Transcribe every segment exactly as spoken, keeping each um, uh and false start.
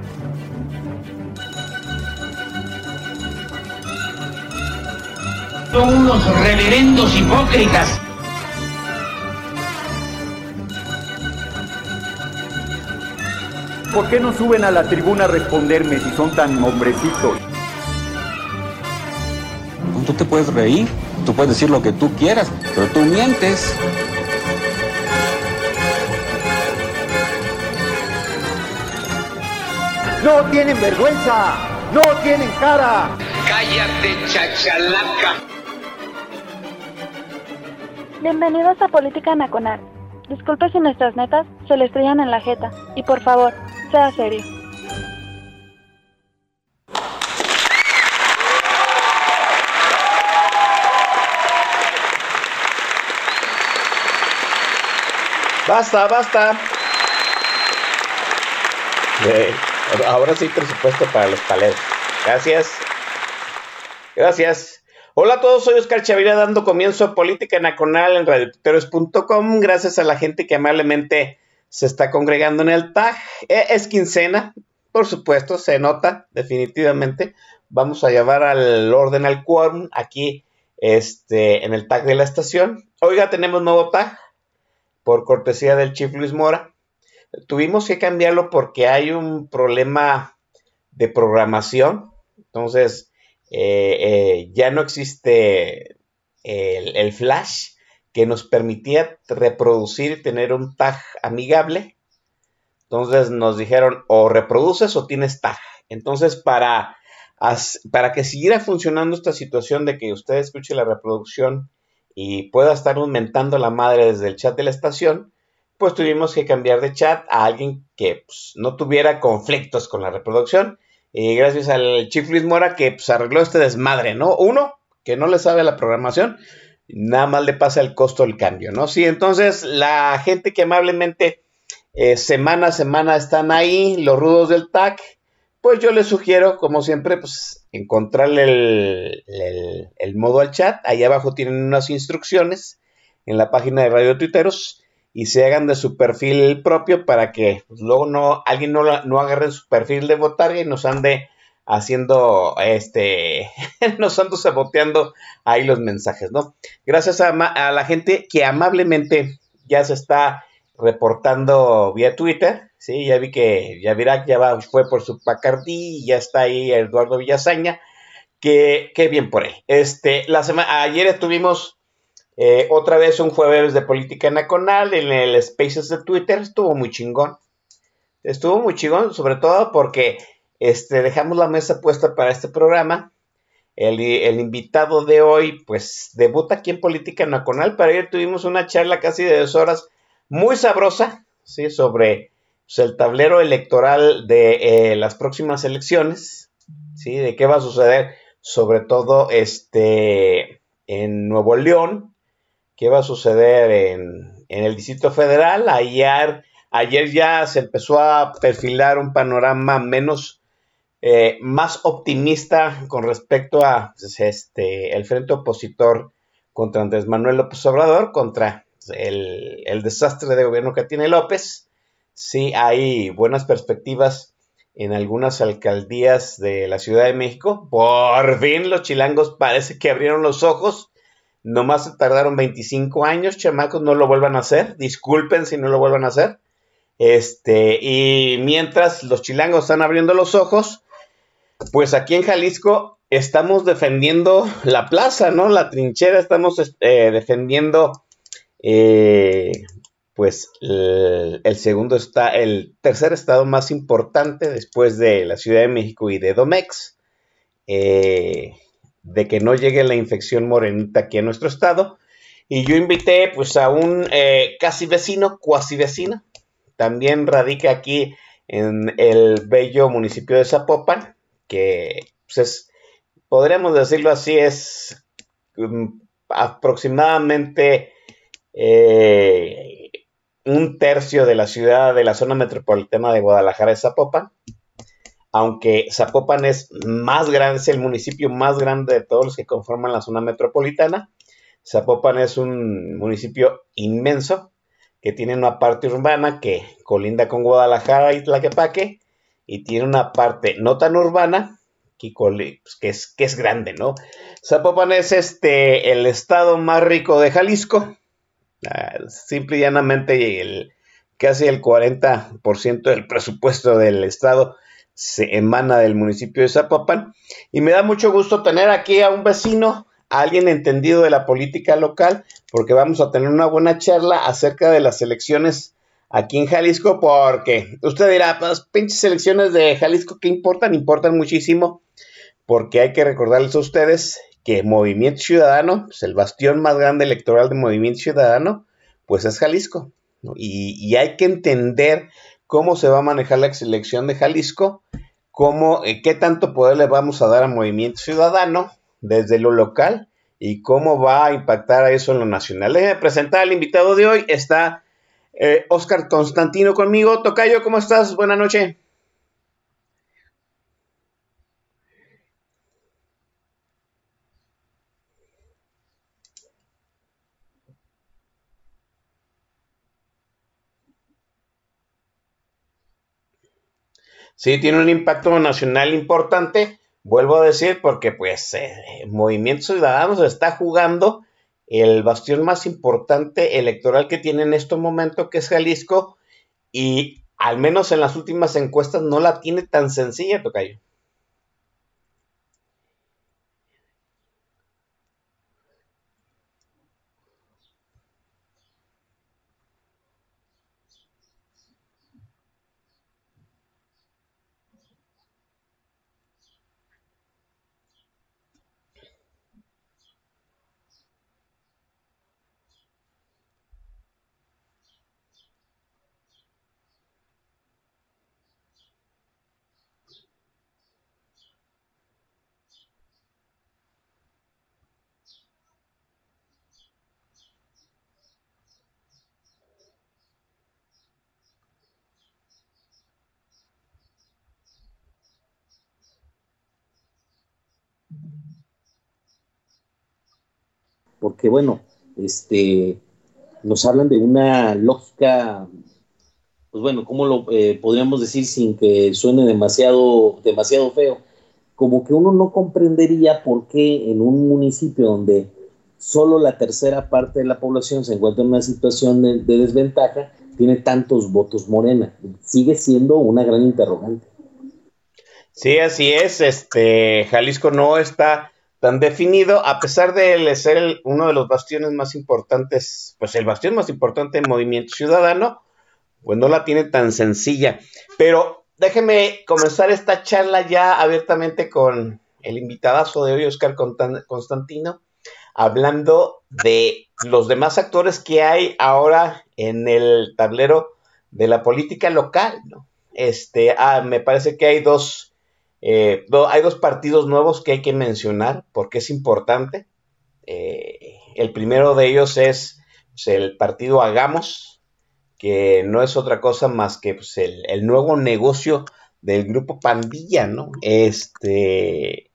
Son unos reverendos hipócritas. ¿Por qué no suben a la tribuna a responderme si son tan hombrecitos? Tú te puedes reír, tú puedes decir lo que tú quieras, pero tú mientes. ¡No tienen vergüenza! ¡No tienen cara! ¡Cállate, chachalaca! Bienvenidos a Política Nacional. Disculpe si nuestras netas se le estrellan en la jeta. Y por favor, sea serio. Basta, basta. Eh, ahora sí, presupuesto para los paleros. Gracias. Gracias. Hola a todos, soy Oscar Chavira dando comienzo a Política Nacional en radio tuiteros punto com. Gracias a la gente que amablemente se está congregando en el tag. Eh, es quincena, por supuesto, se nota definitivamente. Vamos a llevar al orden al quórum aquí este, en el tag de la estación. Oiga, tenemos nuevo tag por cortesía del Chief Luis Mora. Tuvimos que cambiarlo porque hay un problema de programación. Entonces, eh, eh, ya no existe el, el flash que nos permitía reproducir y tener un tag amigable. Entonces nos dijeron, o reproduces o tienes tag. Entonces, para, para que siguiera funcionando esta situación de que usted escuche la reproducción y pueda estar mentando la madre desde el chat de la estación, pues tuvimos que cambiar de chat a alguien que pues, no tuviera conflictos con la reproducción. Y gracias al Chief Luis Mora que pues, arregló este desmadre, ¿no? Uno, que no le sabe la programación, nada más le pasa el costo del cambio, ¿no? Sí, entonces la gente que amablemente eh, semana a semana están ahí, los rudos del tag, pues yo les sugiero, como siempre, pues encontrarle el, el, el modo al chat. Ahí abajo tienen unas instrucciones en la página de Radio Tuiteros y se hagan de su perfil propio para que pues, luego no alguien no, no agarre su perfil de botarga y nos ande haciendo, este, nos ando saboteando ahí los mensajes, ¿no? Gracias a, a la gente que amablemente ya se está reportando vía Twitter. Sí, ya vi que Yavirac ya va, fue por su Pacardí y ya está ahí Eduardo Villasaña. Que, que bien por él. Este, la semana, ayer estuvimos eh, otra vez un jueves de Política Nacional en el Spaces de Twitter. Estuvo muy chingón. Estuvo muy chingón, sobre todo porque este, dejamos la mesa puesta para este programa. El, el invitado de hoy, pues, debuta aquí en Política Nacional. Para ayer tuvimos una charla casi de dos horas muy sabrosa, ¿sí? Sobre pues, el tablero electoral de eh, las próximas elecciones, ¿sí? De qué va a suceder, sobre todo este, en Nuevo León, qué va a suceder en, en el Distrito Federal. Ayer, ayer ya se empezó a perfilar un panorama menos, eh, más optimista con respecto a pues, este, el frente opositor contra Andrés Manuel López Obrador, contra el, el desastre de gobierno que tiene López. Sí, hay buenas perspectivas en algunas alcaldías de la Ciudad de México. Por fin los chilangos parece que abrieron los ojos. Nomás se tardaron veinticinco años, chamacos, no lo vuelvan a hacer. Disculpen si no lo vuelvan a hacer. Este, y mientras los chilangos están abriendo los ojos, pues aquí en Jalisco estamos defendiendo la plaza, ¿no? La trinchera, estamos eh, defendiendo... Eh, pues el, el segundo está, el tercer estado más importante después de la Ciudad de México y de Edomex, eh, de que no llegue la infección morenita aquí a nuestro estado. Y yo invité pues a un eh, casi vecino, cuasi vecino, también radica aquí en el bello municipio de Zapopan, que pues es, podríamos decirlo así, es um, aproximadamente eh, un tercio de la ciudad, de la zona metropolitana de Guadalajara es Zapopan, aunque Zapopan es más grande, es el municipio más grande de todos los que conforman la zona metropolitana. Zapopan es un municipio inmenso, que tiene una parte urbana que colinda con Guadalajara y Tlaquepaque, y tiene una parte no tan urbana que, pues, que, es, que es grande, ¿no? Zapopan es este, el estado más rico de Jalisco. Uh, simple y llanamente el, casi el cuarenta por ciento del presupuesto del estado se emana del municipio de Zapopan, y me da mucho gusto tener aquí a un vecino, a alguien entendido de la política local, porque vamos a tener una buena charla acerca de las elecciones aquí en Jalisco, porque usted dirá, pues pinches elecciones de Jalisco, ¿qué importan? Importan muchísimo, porque hay que recordarles a ustedes que Movimiento Ciudadano, pues el bastión más grande electoral de Movimiento Ciudadano, pues es Jalisco, ¿no? Y, y hay que entender cómo se va a manejar la elección de Jalisco, cómo, eh, qué tanto poder le vamos a dar a Movimiento Ciudadano desde lo local y cómo va a impactar a eso en lo nacional. Déjenme presentar al invitado de hoy. Está eh, Óscar Constantino conmigo. Tocayo, ¿cómo estás? Buenas noches. Sí, tiene un impacto nacional importante, vuelvo a decir, porque pues eh, Movimiento Ciudadano se está jugando el bastión más importante electoral que tiene en este momento, que es Jalisco, y al menos en las últimas encuestas no la tiene tan sencilla, Tocayo. Porque bueno, este, nos hablan de una lógica, pues bueno, ¿cómo lo eh, podríamos decir sin que suene demasiado, demasiado feo? Como que uno no comprendería por qué en un municipio donde solo la tercera parte de la población se encuentra en una situación de, de desventaja, tiene tantos votos Morena. Sigue siendo una gran interrogante. Sí, así es. Este, Jalisco no está tan definido, a pesar de ser el, uno de los bastiones más importantes, pues el bastión más importante del Movimiento Ciudadano, pues no la tiene tan sencilla. Pero déjeme comenzar esta charla ya abiertamente con el invitadazo de hoy, Óscar Constantino, hablando de los demás actores que hay ahora en el tablero de la política local, ¿no? Este, ah, me parece que hay dos Eh, do, hay dos partidos nuevos que hay que mencionar porque es importante. Eh, el primero de ellos es pues, el partido Hagamos, que no es otra cosa más que pues, el, el nuevo negocio del grupo Pandilla, ¿no? Este,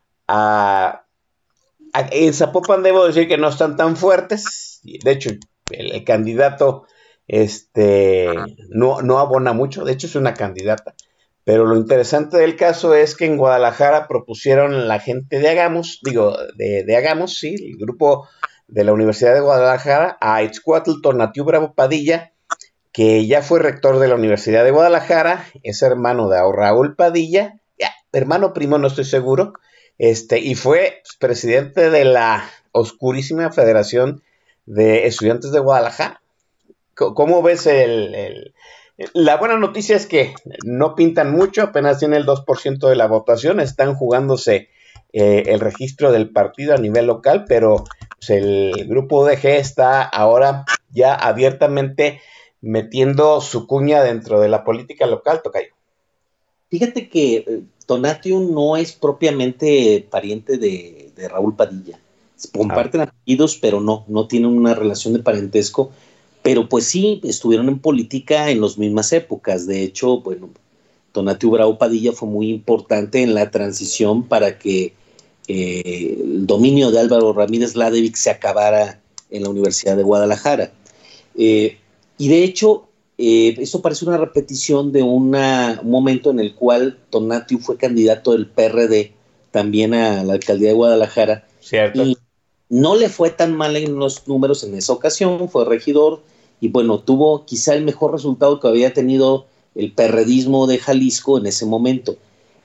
a, a, en Zapopan debo decir que no están tan fuertes. De hecho, el, el candidato este, no, no abona mucho. De hecho, es una candidata. Pero lo interesante del caso es que en Guadalajara propusieron la gente de Hagamos, digo, de, de Hagamos, sí, el grupo de la Universidad de Guadalajara, a Itzcuatl Tonatiuh Bravo Padilla, que ya fue rector de la Universidad de Guadalajara, es hermano de Raúl Padilla, ya, hermano primo no estoy seguro, este, y fue presidente de la oscurísima Federación de Estudiantes de Guadalajara. ¿Cómo ves el... el La buena noticia es que no pintan mucho, apenas tiene el dos por ciento de la votación, están jugándose eh, el registro del partido a nivel local, pero pues, el grupo U D G está ahora ya abiertamente metiendo su cuña dentro de la política local, Tocayo. Fíjate que eh, Tonatiuh no es propiamente pariente de, de Raúl Padilla, comparten ah. apellidos, pero no, no tienen una relación de parentesco. Pero pues sí, estuvieron en política en las mismas épocas. De hecho, bueno, Tonatiuh Bravo Padilla fue muy importante en la transición para que eh, el dominio de Álvaro Ramírez Ladevic se acabara en la Universidad de Guadalajara. Eh, y de hecho, eh, esto parece una repetición de una, un momento en el cual Tonatiuh fue candidato del P R D también a la alcaldía de Guadalajara. Cierto. Y no le fue tan mal en los números en esa ocasión, fue regidor y bueno, tuvo quizá el mejor resultado que había tenido el perredismo de Jalisco en ese momento.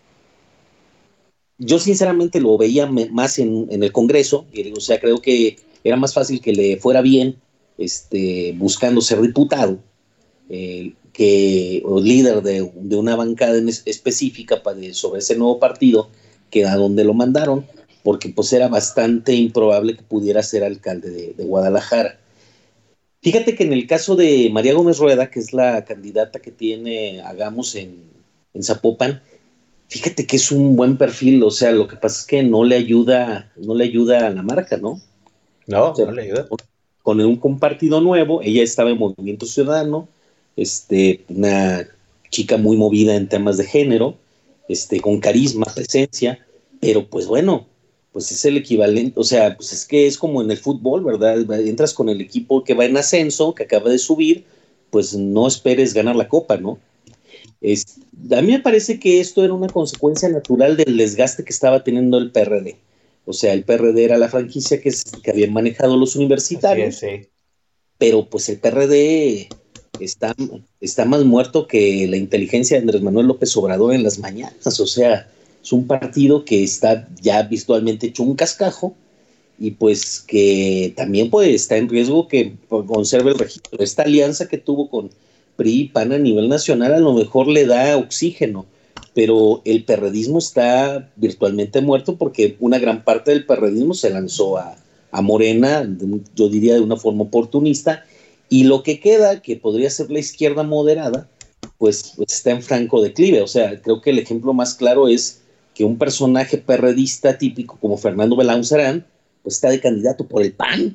Yo sinceramente lo veía más en, en el Congreso, y, o sea, creo que era más fácil que le fuera bien este, buscando ser diputado eh, que, o líder de, de una bancada en es, específica para de, sobre ese nuevo partido, que a donde lo mandaron, porque pues era bastante improbable que pudiera ser alcalde de, de Guadalajara. Fíjate que en el caso de María Gómez Rueda, que es la candidata que tiene Hagamos en, en Zapopan, fíjate que es un buen perfil, o sea, lo que pasa es que no le ayuda, no le ayuda a la marca, ¿no? No, o sea, no le ayuda. Con un, un partido nuevo, ella estaba en Movimiento Ciudadano, este, una chica muy movida en temas de género, este, con carisma, presencia, pero pues bueno, pues es el equivalente, o sea, pues es que es como en el fútbol, ¿verdad? Entras con el equipo que va en ascenso, que acaba de subir, pues no esperes ganar la copa, ¿no? Es, a mí me parece que esto era una consecuencia natural del desgaste que estaba teniendo el P R D. O sea, el P R D era la franquicia que, que habían manejado los universitarios, sí, sí. Pero pues el P R D está, está más muerto que la inteligencia de Andrés Manuel López Obrador en las mañanas. O sea, es un partido que está ya visualmente hecho un cascajo y pues que también pues está en riesgo que conserve el registro. Esta alianza que tuvo con P R I y P A N a nivel nacional a lo mejor le da oxígeno, pero el perredismo está virtualmente muerto porque una gran parte del perredismo se lanzó a, a Morena, yo diría de una forma oportunista, y lo que queda, que podría ser la izquierda moderada, pues, pues está en franco declive. O sea, creo que el ejemplo más claro es que un personaje perredista típico como Fernando Beláu-Serán, pues está de candidato por el P A N.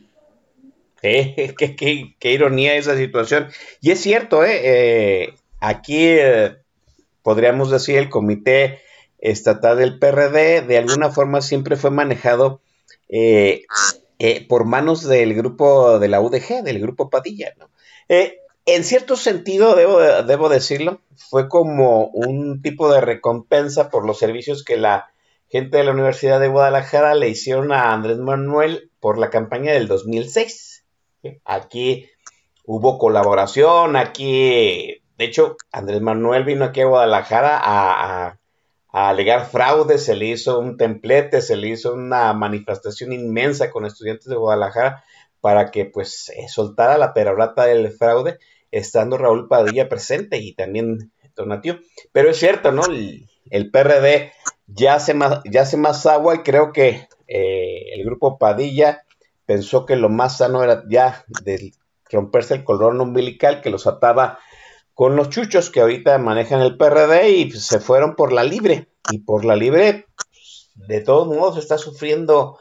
Eh, qué, qué, qué ironía esa situación. Y es cierto, eh, eh, aquí eh, podríamos decir el comité estatal del P R D de alguna forma siempre fue manejado eh, eh, por manos del grupo de la U D G, del grupo Padilla, ¿no? Eh, en cierto sentido, debo, debo decirlo, fue como un tipo de recompensa por los servicios que la gente de la Universidad de Guadalajara le hicieron a Andrés Manuel por la campaña del dos mil seis. Aquí hubo colaboración, aquí, de hecho, Andrés Manuel vino aquí a Guadalajara a, a, a alegar fraude, se le hizo un templete, se le hizo una manifestación inmensa con estudiantes de Guadalajara para que pues eh, soltara la perorata del fraude, estando Raúl Padilla presente y también Tonatiuh. Pero es cierto, ¿no? El, el P R D ya hace más, ya hace más agua y creo que eh, el grupo Padilla pensó que lo más sano era ya de romperse el cordón umbilical que los ataba con los chuchos que ahorita manejan el P R D y pues, se fueron por la libre. Y por la libre, pues, de todos modos, está sufriendo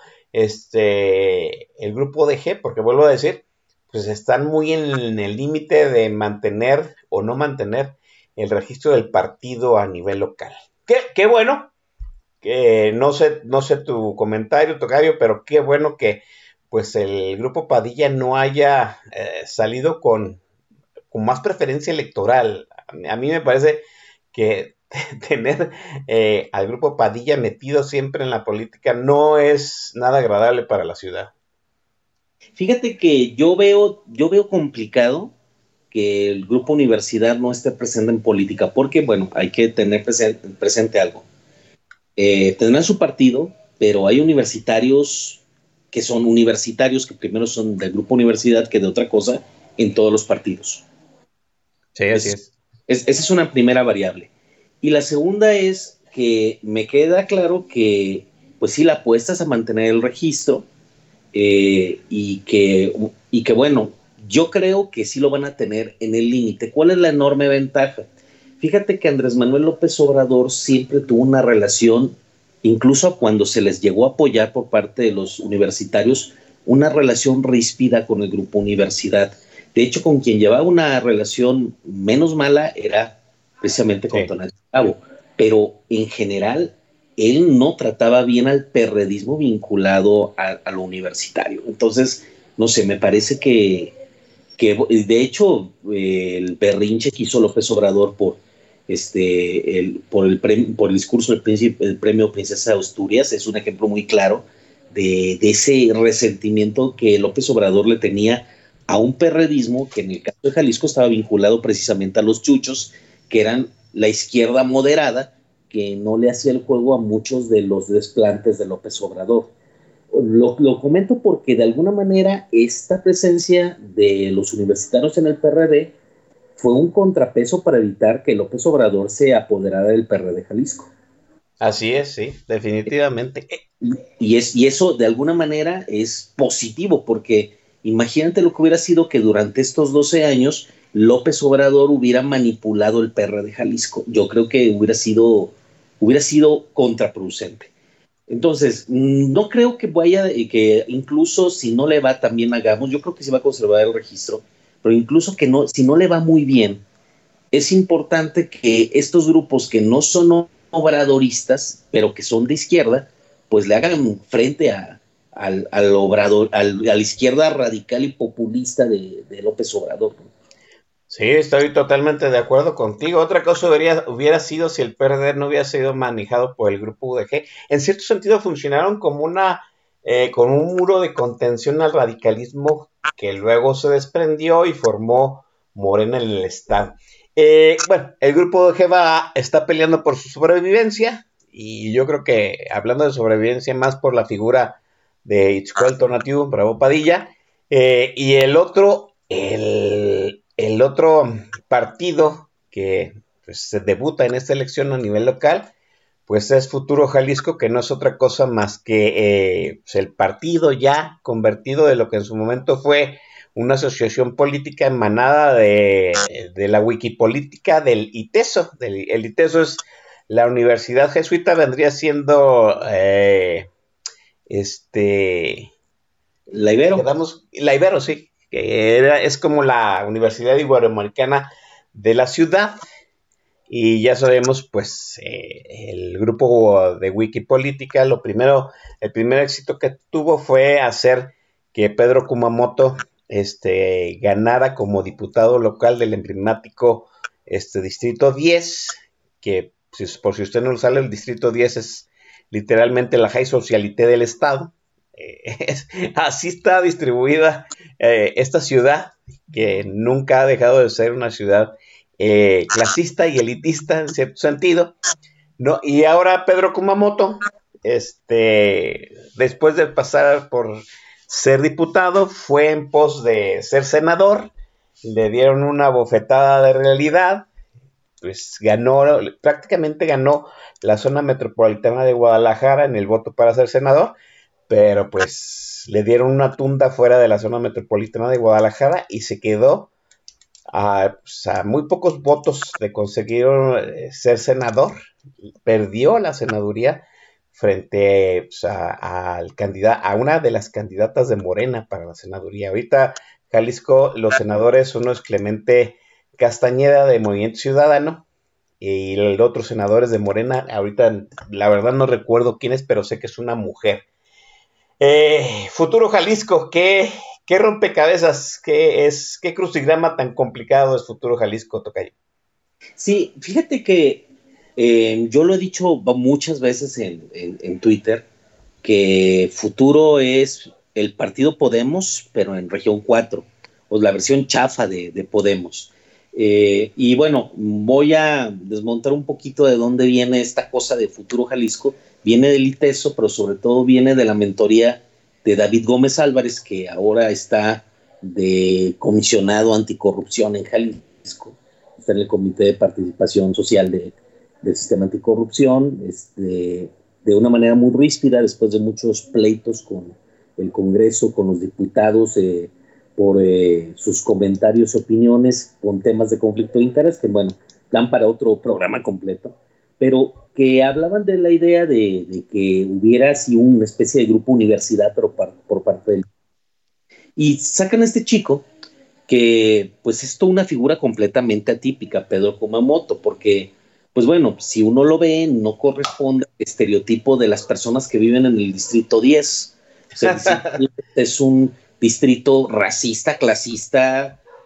este el grupo de G, porque vuelvo a decir, pues están muy en el límite de mantener o no mantener el registro del partido a nivel local. Qué, qué bueno, que no sé, no sé tu comentario, Tocayo, pero qué bueno que pues el grupo Padilla no haya eh, salido con, con más preferencia electoral. A mí me parece que tener eh, al grupo Padilla metido siempre en la política no es nada agradable para la ciudad. Fíjate que yo veo, yo veo complicado que el grupo Universidad no esté presente en política, porque bueno, hay que tener presente, presente algo. Eh, tendrán su partido, pero hay universitarios que son universitarios, que primero son del grupo Universidad que de otra cosa, en todos los partidos. Sí, así es. es, es. Esa es una primera variable. Y la segunda es que me queda claro que, pues sí, la apuesta es a mantener el registro, eh, y, que, y que, bueno, yo creo que sí lo van a tener en el límite. ¿Cuál es la enorme ventaja? Fíjate que Andrés Manuel López Obrador siempre tuvo una relación, incluso cuando se les llegó a apoyar por parte de los universitarios, una relación ríspida con el grupo Universidad. De hecho, con quien llevaba una relación menos mala era precisamente con sí. Tonatiuh Bravo. Pero en general, él no trataba bien al perredismo vinculado a, a lo universitario. Entonces, no sé, me parece que, que de hecho eh, el berrinche que hizo López Obrador por este el, por, el premio, por el discurso del príncipe, el premio Princesa de Asturias es un ejemplo muy claro de, de ese resentimiento que López Obrador le tenía a un perredismo que en el caso de Jalisco estaba vinculado precisamente a los chuchos, que eran la izquierda moderada, que no le hacía el juego a muchos de los desplantes de López Obrador. Lo, lo comento porque de alguna manera esta presencia de los universitarios en el P R D fue un contrapeso para evitar que López Obrador se apoderara del P R D Jalisco. Así es, sí, definitivamente. Y, y, es, y eso de alguna manera es positivo, porque imagínate lo que hubiera sido que durante estos doce años López Obrador hubiera manipulado el P R D Jalisco. Yo creo que hubiera sido, hubiera sido contraproducente. Entonces, no creo que vaya, que incluso si no le va tan bien a Gamos, yo creo que sí va a conservar el registro, pero incluso que no, si no le va muy bien, es importante que estos grupos que no son obradoristas, pero que son de izquierda, pues le hagan frente a, al, al obrador, al, a la izquierda radical y populista de, de López Obrador. Sí, estoy totalmente de acuerdo contigo. Otra cosa hubiera, hubiera sido si el P R D no hubiera sido manejado por el grupo U D G. En cierto sentido funcionaron como una, eh, con un muro de contención al radicalismo que luego se desprendió y formó Morena en el estado. Eh, bueno, el grupo U D G va, está peleando por su sobrevivencia y yo creo que hablando de sobrevivencia más por la figura de Itzcoatl Alternativo, Bravo Padilla, eh, y el otro, el... El otro partido que pues, se debuta en esta elección a nivel local, pues es Futuro Jalisco, que no es otra cosa más que eh, pues el partido ya convertido de lo que en su momento fue una asociación política emanada de, de la Wikipolítica del ITESO. Del, el ITESO es la Universidad Jesuita, vendría siendo eh, este la Ibero. Quedamos, la Ibero, sí. que era, es como la Universidad Iberoamericana de la ciudad, y ya sabemos, pues, eh, el grupo de Wikipolítica, lo primero, el primer éxito que tuvo fue hacer que Pedro Kumamoto este, ganara como diputado local del emblemático este, Distrito diez, que, si, por si usted no lo sabe, el Distrito diez es literalmente la high socialité del estado. Eh, así está distribuida eh, esta ciudad, que nunca ha dejado de ser una ciudad eh, clasista y elitista en cierto sentido, ¿no? Y ahora Pedro Kumamoto, este, después de pasar por ser diputado, fue en pos de ser senador, le dieron una bofetada de realidad, pues ganó, prácticamente ganó la zona metropolitana de Guadalajara en el voto para ser senador, pero pues le dieron una tunda fuera de la zona metropolitana de Guadalajara y se quedó a, pues, a muy pocos votos de conseguir eh, ser senador. Perdió la senaduría frente pues, a, al candidato, a una de las candidatas de Morena para la senaduría. Ahorita Jalisco, los senadores, uno es Clemente Castañeda de Movimiento Ciudadano y el otro senador es de Morena. Ahorita la verdad no recuerdo quién es, pero sé que es una mujer. Eh, Futuro Jalisco, ¿qué, qué rompecabezas, qué es, qué crucigrama tan complicado es Futuro Jalisco, tocayo? Sí, fíjate que eh, yo lo he dicho muchas veces en, en, en Twitter, que Futuro es el partido Podemos, pero en región cuatro, o la versión chafa de, de Podemos. Eh, y bueno, voy a desmontar un poquito de dónde viene esta cosa de Futuro Jalisco. Viene del ITESO, pero sobre todo viene de la mentoría de David Gómez Álvarez, que ahora está de comisionado anticorrupción en Jalisco, está en el Comité de Participación Social de, del Sistema Anticorrupción, este, de una manera muy ríspida, después de muchos pleitos con el Congreso, con los diputados, eh, por eh, sus comentarios y opiniones con temas de conflicto de interés, que bueno, dan para otro programa completo, pero que hablaban de la idea de, de que hubiera así una especie de grupo universidad, pero par, por parte del... Y sacan a este chico, que pues es toda una figura completamente atípica, Pedro Kumamoto, porque, pues bueno, si uno lo ve, no corresponde al estereotipo de las personas que viven en el Distrito diez. O sea, es un distrito racista, clasista,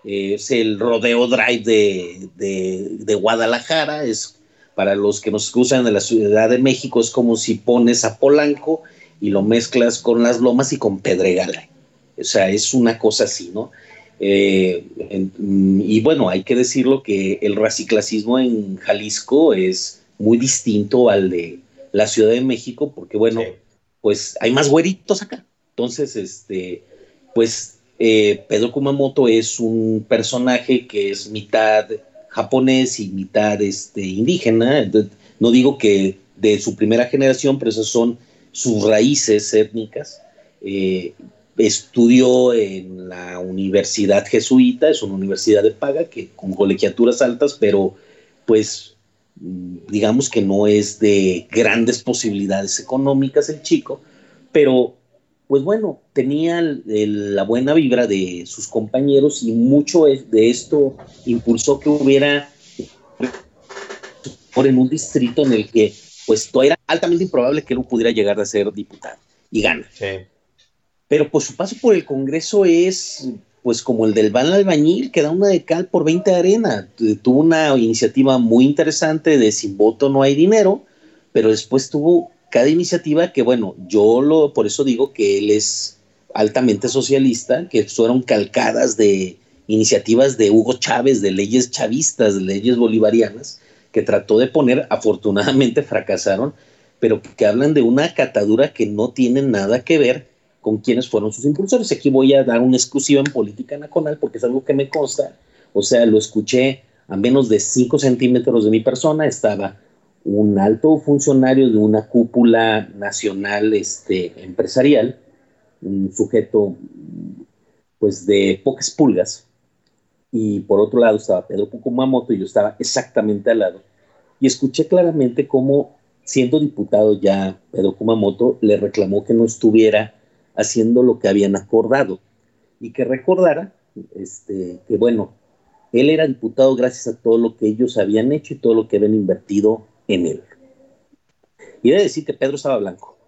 eh, es el Rodeo Drive de, de, de Guadalajara, es para los que nos cruzan de la Ciudad de México, es como si pones a Polanco y lo mezclas con Las Lomas y con Pedregal. O sea, es una cosa así, ¿no? Eh, en, y bueno, hay que decirlo que el raciclasismo en Jalisco es muy distinto al de la Ciudad de México, porque bueno, sí. pues hay más güeritos acá. Entonces, este, pues eh, Pedro Kumamoto es un personaje que es mitad japonés y mitad este, indígena. Entonces, no digo que de su primera generación, pero esas son sus raíces étnicas. Eh, estudió en la Universidad Jesuita, es una universidad de paga, que con colegiaturas altas, pero pues digamos que no es de grandes posibilidades económicas el chico, pero pues bueno, tenía el, el, la buena vibra de sus compañeros y mucho de esto impulsó que hubiera en un distrito en el que pues era altamente improbable que él pudiera llegar a ser diputado y gana. Sí. Pero pues su paso por el Congreso es pues como el del Van Albañil, que da una de cal por veinte de arena. Tuvo una iniciativa muy interesante de sin voto no hay dinero, pero después tuvo cada iniciativa que, bueno, yo lo por eso digo que él es altamente socialista, que fueron calcadas de iniciativas de Hugo Chávez, de leyes chavistas, de leyes bolivarianas, que trató de poner, afortunadamente fracasaron, pero que hablan de una catadura que no tiene nada que ver con quiénes fueron sus impulsores. Aquí voy a dar una exclusiva en política nacional porque es algo que me consta. O sea, lo escuché a menos de cinco centímetros de mi persona. Estaba un alto funcionario de una cúpula nacional este, empresarial, un sujeto pues de pocas pulgas, y por otro lado estaba Pedro Kumamoto y yo estaba exactamente al lado, y escuché claramente cómo, siendo diputado ya Pedro Kumamoto le reclamó que no estuviera haciendo lo que habían acordado y que recordara este, que bueno, él era diputado gracias a todo lo que ellos habían hecho y todo lo que habían invertido en él. Y debe decir que Pedro estaba blanco.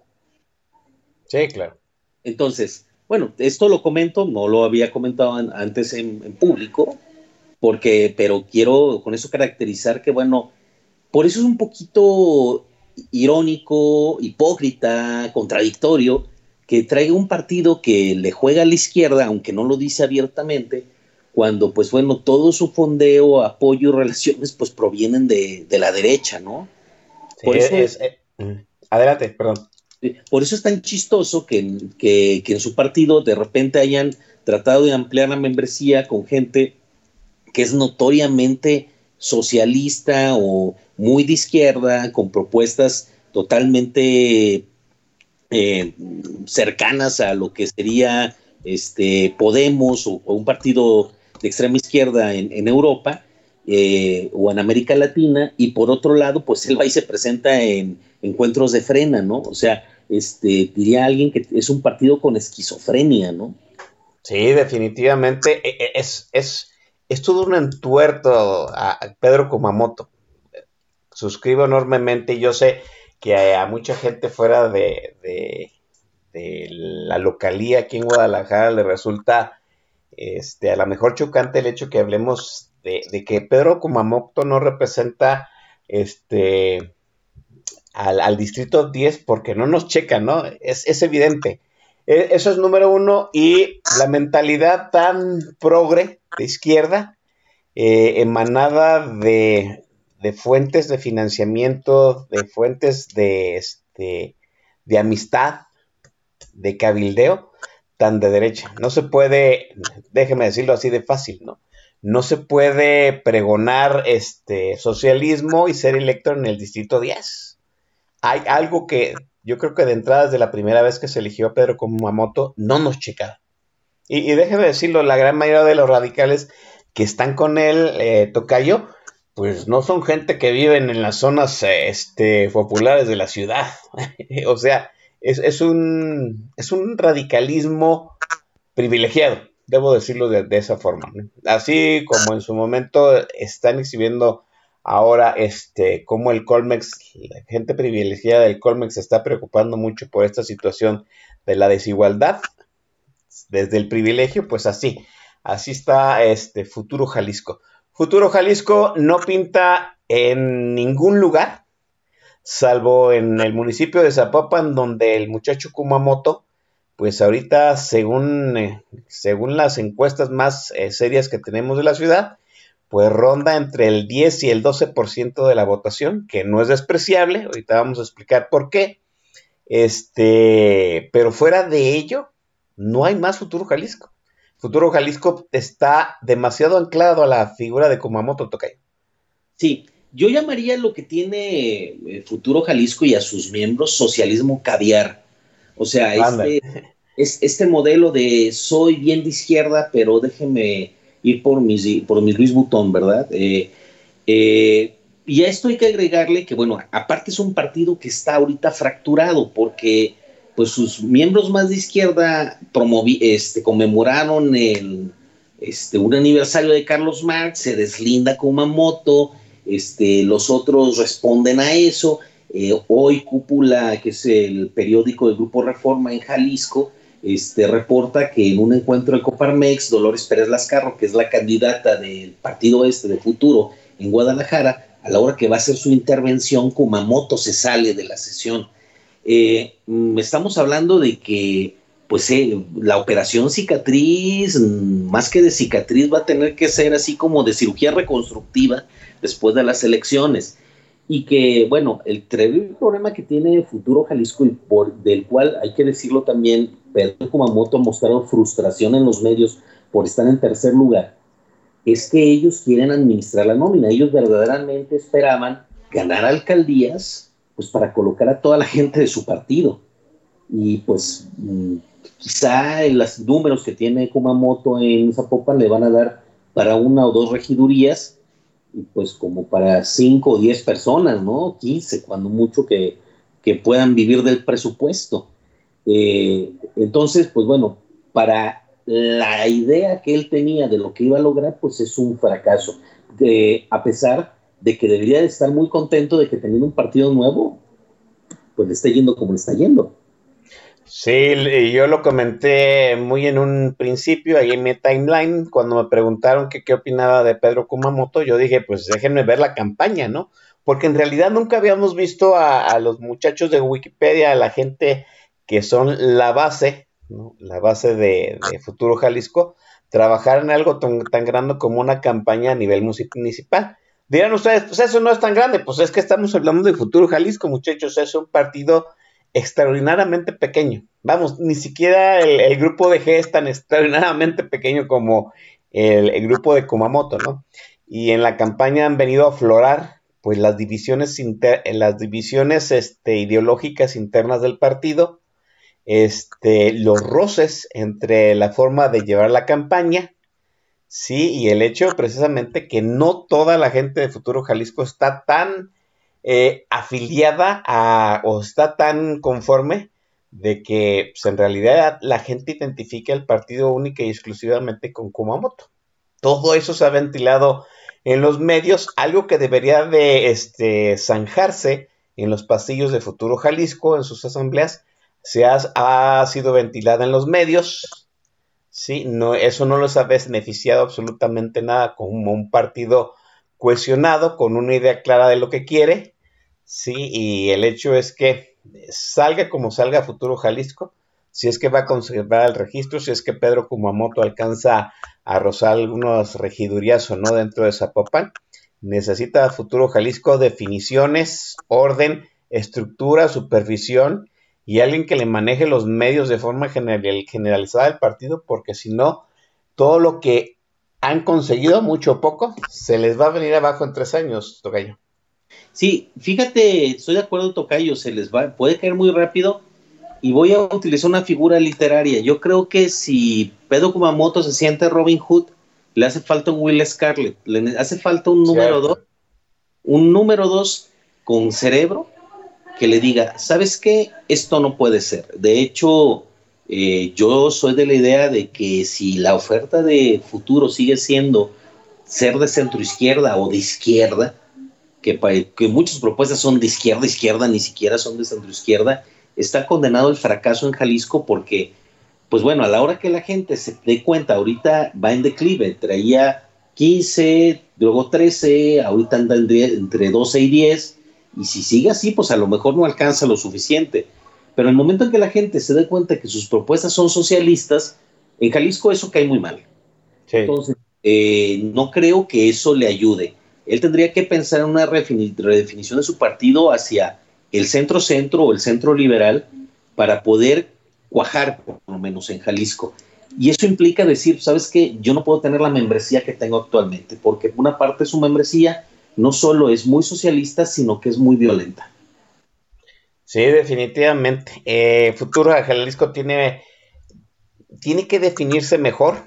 Sí, claro. Entonces, bueno, esto lo comento, no lo había comentado an- antes en, en público, porque, pero quiero con eso caracterizar que bueno, por eso es un poquito irónico, hipócrita, contradictorio, que traiga un partido que le juega a la izquierda, aunque no lo dice abiertamente, cuando, pues bueno, todo su fondeo, apoyo y relaciones, pues provienen de, de la derecha, ¿no? Sí, por eso, es, es, eh, adelante, perdón. Por eso es tan chistoso que, que, que en su partido de repente hayan tratado de ampliar la membresía con gente que es notoriamente socialista o muy de izquierda, con propuestas totalmente Eh, cercanas a lo que sería este, Podemos o, o un partido de extrema izquierda en, en Europa eh, o en América Latina, y por otro lado, pues él va y se presenta en encuentros de frena, ¿no? O sea, este, diría alguien que es un partido con esquizofrenia, ¿no? Sí, definitivamente es, es, es todo un entuerto a Pedro Kumamoto. Suscribo enormemente y yo sé que a, a mucha gente fuera de, de, de la localía aquí en Guadalajara le resulta este, a lo mejor chocante el hecho que hablemos de, de que Pedro Kumamoto no representa este, al, al distrito diez porque no nos checan, ¿no? Es, es evidente. E, eso es número uno, y la mentalidad tan progre de izquierda, eh, emanada de... de fuentes de financiamiento, de fuentes de, este, de amistad, de cabildeo, tan de derecha. No se puede, déjeme decirlo así de fácil, ¿no? No se puede pregonar este socialismo y ser electo en el distrito diez. Hay algo que yo creo que de entrada, desde la primera vez que se eligió a Pedro Kumamoto, no nos checaba. Y, y déjeme decirlo, la gran mayoría de los radicales que están con él, eh, tocayo, pues no son gente que viven en las zonas este, populares de la ciudad. O sea, es, es, un, es un radicalismo privilegiado, debo decirlo de, de esa forma, ¿no? Así como en su momento están exhibiendo ahora este, cómo el Colmex, la gente privilegiada del Colmex se está preocupando mucho por esta situación de la desigualdad desde el privilegio, pues así. Así está este Futuro Jalisco. Futuro Jalisco no pinta en ningún lugar, salvo en el municipio de Zapopan, donde el muchacho Kumamoto, pues ahorita, según, eh, según las encuestas más eh, serias que tenemos de la ciudad, pues ronda entre el diez y el doce por ciento de la votación, que no es despreciable, ahorita vamos a explicar por qué. Este, pero fuera de ello, no hay más Futuro Jalisco. Futuro Jalisco está demasiado anclado a la figura de Kumamoto, Tocayo. Sí, yo llamaría lo que tiene eh, Futuro Jalisco y a sus miembros socialismo caviar. O sea, este, es, este modelo de soy bien de izquierda, pero déjeme ir por mis, por mis Luis Butón, ¿verdad? Eh, eh, y a esto hay que agregarle que, bueno, aparte es un partido que está ahorita fracturado, porque pues sus miembros más de izquierda promovi, este, conmemoraron el, este, un aniversario de Carlos Marx, se deslinda Kumamoto, este, los otros responden a eso. Eh, hoy Cúpula, que es el periódico del Grupo Reforma en Jalisco, este, reporta que en un encuentro de Coparmex, Dolores Pérez Lascarro, que es la candidata del partido este de Futuro en Guadalajara, a la hora que va a hacer su intervención, Kumamoto se sale de la sesión. Eh, estamos hablando de que pues eh, la operación cicatriz, más que de cicatriz, va a tener que ser así como de cirugía reconstructiva después de las elecciones. Y que, bueno, el terrible problema que tiene Futuro Jalisco, y por, del cual hay que decirlo también, Pedro Kumamoto ha mostrado frustración en los medios por estar en tercer lugar, es que ellos quieren administrar la nómina. Ellos verdaderamente esperaban ganar alcaldías pues para colocar a toda la gente de su partido. Y pues mmm, quizá los números que tiene Kumamoto en Zapopan le van a dar para una o dos regidurías, y pues como para cinco o diez personas, ¿no? quince, cuando mucho que, que puedan vivir del presupuesto. Eh, entonces, pues bueno, para la idea que él tenía de lo que iba a lograr, pues es un fracaso. Eh, a pesar de que debería de estar muy contento de que teniendo un partido nuevo, pues le está yendo como le está yendo. Sí, yo lo comenté muy en un principio, ahí en mi timeline, cuando me preguntaron que qué opinaba de Pedro Kumamoto, yo dije, pues déjenme ver la campaña, ¿no? Porque en realidad nunca habíamos visto a, a los muchachos de Wikipedia, a la gente que son la base, ¿no? La base de, de Futuro Jalisco, trabajar en algo tan, tan grande como una campaña a nivel municipal. Dirán ustedes, pues eso no es tan grande, pues es que estamos hablando de Futuro Jalisco, muchachos, es un partido extraordinariamente pequeño. Vamos, ni siquiera el, el grupo de G es tan extraordinariamente pequeño como el, el grupo de Kumamoto, ¿no? Y en la campaña han venido a aflorar pues las divisiones inter, las divisiones este, ideológicas internas del partido, este, los roces entre la forma de llevar la campaña, sí, y el hecho precisamente que no toda la gente de Futuro Jalisco está tan Eh, afiliada a, o está tan conforme de que pues, en realidad la gente identifica el partido única y exclusivamente con Kumamoto. Todo eso se ha ventilado en los medios, algo que debería de este, zanjarse en los pasillos de Futuro Jalisco, en sus asambleas, se ha, ha sido ventilada en los medios, ¿sí? No, eso no les ha beneficiado absolutamente nada como un partido cohesionado, con una idea clara de lo que quiere, sí, y el hecho es que salga como salga Futuro Jalisco, si es que va a conservar el registro, si es que Pedro Kumamoto alcanza a rozar algunas regidurías o no dentro de Zapopan, necesita Futuro Jalisco definiciones, orden, estructura, supervisión y alguien que le maneje los medios de forma general, generalizada del partido, porque si no, todo lo que han conseguido, mucho o poco, se les va a venir abajo en tres años, Tocayo. Sí, fíjate, estoy de acuerdo, Tocayo, se les va, puede caer muy rápido, y voy a utilizar una figura literaria. Yo creo que si Pedro Kumamoto se siente Robin Hood, le hace falta un Will Scarlet, le hace falta un número dos, un número dos con cerebro, que le diga, ¿sabes qué? Esto no puede ser. De hecho, Eh, yo soy de la idea de que si la oferta de Futuro sigue siendo ser de centro izquierda o de izquierda, que, que muchas propuestas son de izquierda, izquierda, ni siquiera son de centro izquierda, está condenado el fracaso en Jalisco, porque pues bueno, a la hora que la gente se dé cuenta, ahorita va en declive, traía quince, luego trece, ahorita anda entre doce y diez, y si sigue así, pues a lo mejor no alcanza lo suficiente. Pero en el momento en que la gente se dé cuenta que sus propuestas son socialistas, en Jalisco eso cae muy mal. Sí. Entonces, eh, no creo que eso le ayude. Él tendría que pensar en una redefinición de su partido hacia el centro-centro o el centro liberal para poder cuajar, por lo menos en Jalisco. Y eso implica decir, ¿sabes qué? Yo no puedo tener la membresía que tengo actualmente, porque una parte de su membresía no solo es muy socialista, sino que es muy violenta. Sí, definitivamente. Eh, futuro de Jalisco tiene, tiene que definirse mejor.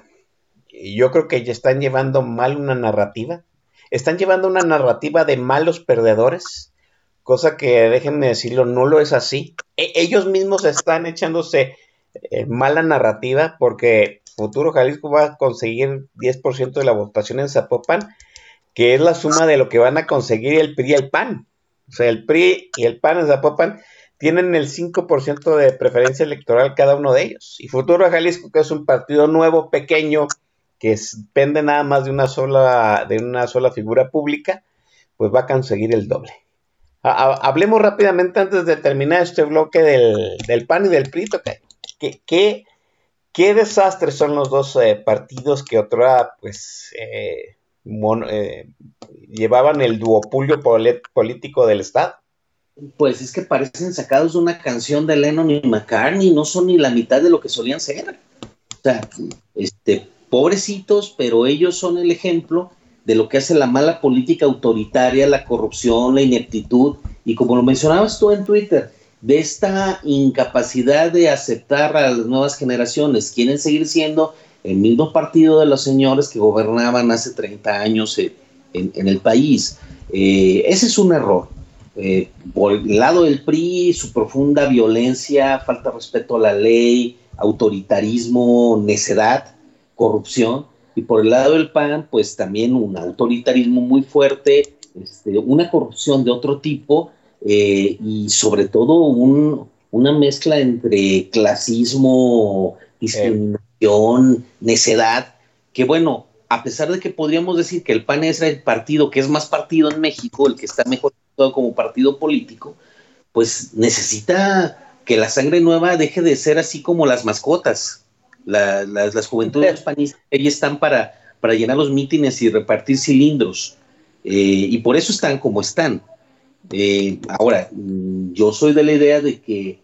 Yo creo que ya están llevando mal una narrativa. Están llevando una narrativa de malos perdedores, cosa que, déjenme decirlo, no lo es así. E- ellos mismos están echándose eh, mala narrativa porque Futuro Jalisco va a conseguir diez por ciento de la votación en Zapopan, que es la suma de lo que van a conseguir el P R I y el P A N. O sea, el P R I y el P A N en Zapopan tienen el cinco por ciento de preferencia electoral cada uno de ellos. Y Futuro Jalisco, que es un partido nuevo, pequeño, que depende nada más de una sola, de una sola figura pública, pues va a conseguir el doble. Hablemos rápidamente antes de terminar este bloque del, del P A N y del P R I. Okay. ¿Qué, qué, qué desastres son los dos eh, partidos que otrora pues eh, mon, eh, llevaban el duopolio polit, político del Estado? Pues es que parecen sacados de una canción de Lennon y McCartney, no son ni la mitad de lo que solían ser. O sea, este, pobrecitos, pero ellos son el ejemplo de lo que hace la mala política autoritaria, la corrupción, la ineptitud, y como lo mencionabas tú en Twitter, de esta incapacidad de aceptar a las nuevas generaciones. Quieren seguir siendo el mismo partido de los señores que gobernaban hace treinta años en, en, en el país. Eh, ese es un error. Eh, por el lado del P R I, su profunda violencia, falta de respeto a la ley, autoritarismo, necedad, corrupción, y por el lado del P A N, pues también un autoritarismo muy fuerte, este, una corrupción de otro tipo, eh, y sobre todo un, una mezcla entre clasismo, discriminación, eh. necedad, que bueno, a pesar de que podríamos decir que el P A N es el partido que es más partido en México, el que está mejor como partido político, pues necesita que la sangre nueva deje de ser así como las mascotas. La, las, las juventudes panistas ahí están para, para llenar los mítines y repartir cilindros, eh, y por eso están como están. Eh, ahora, yo soy de la idea de que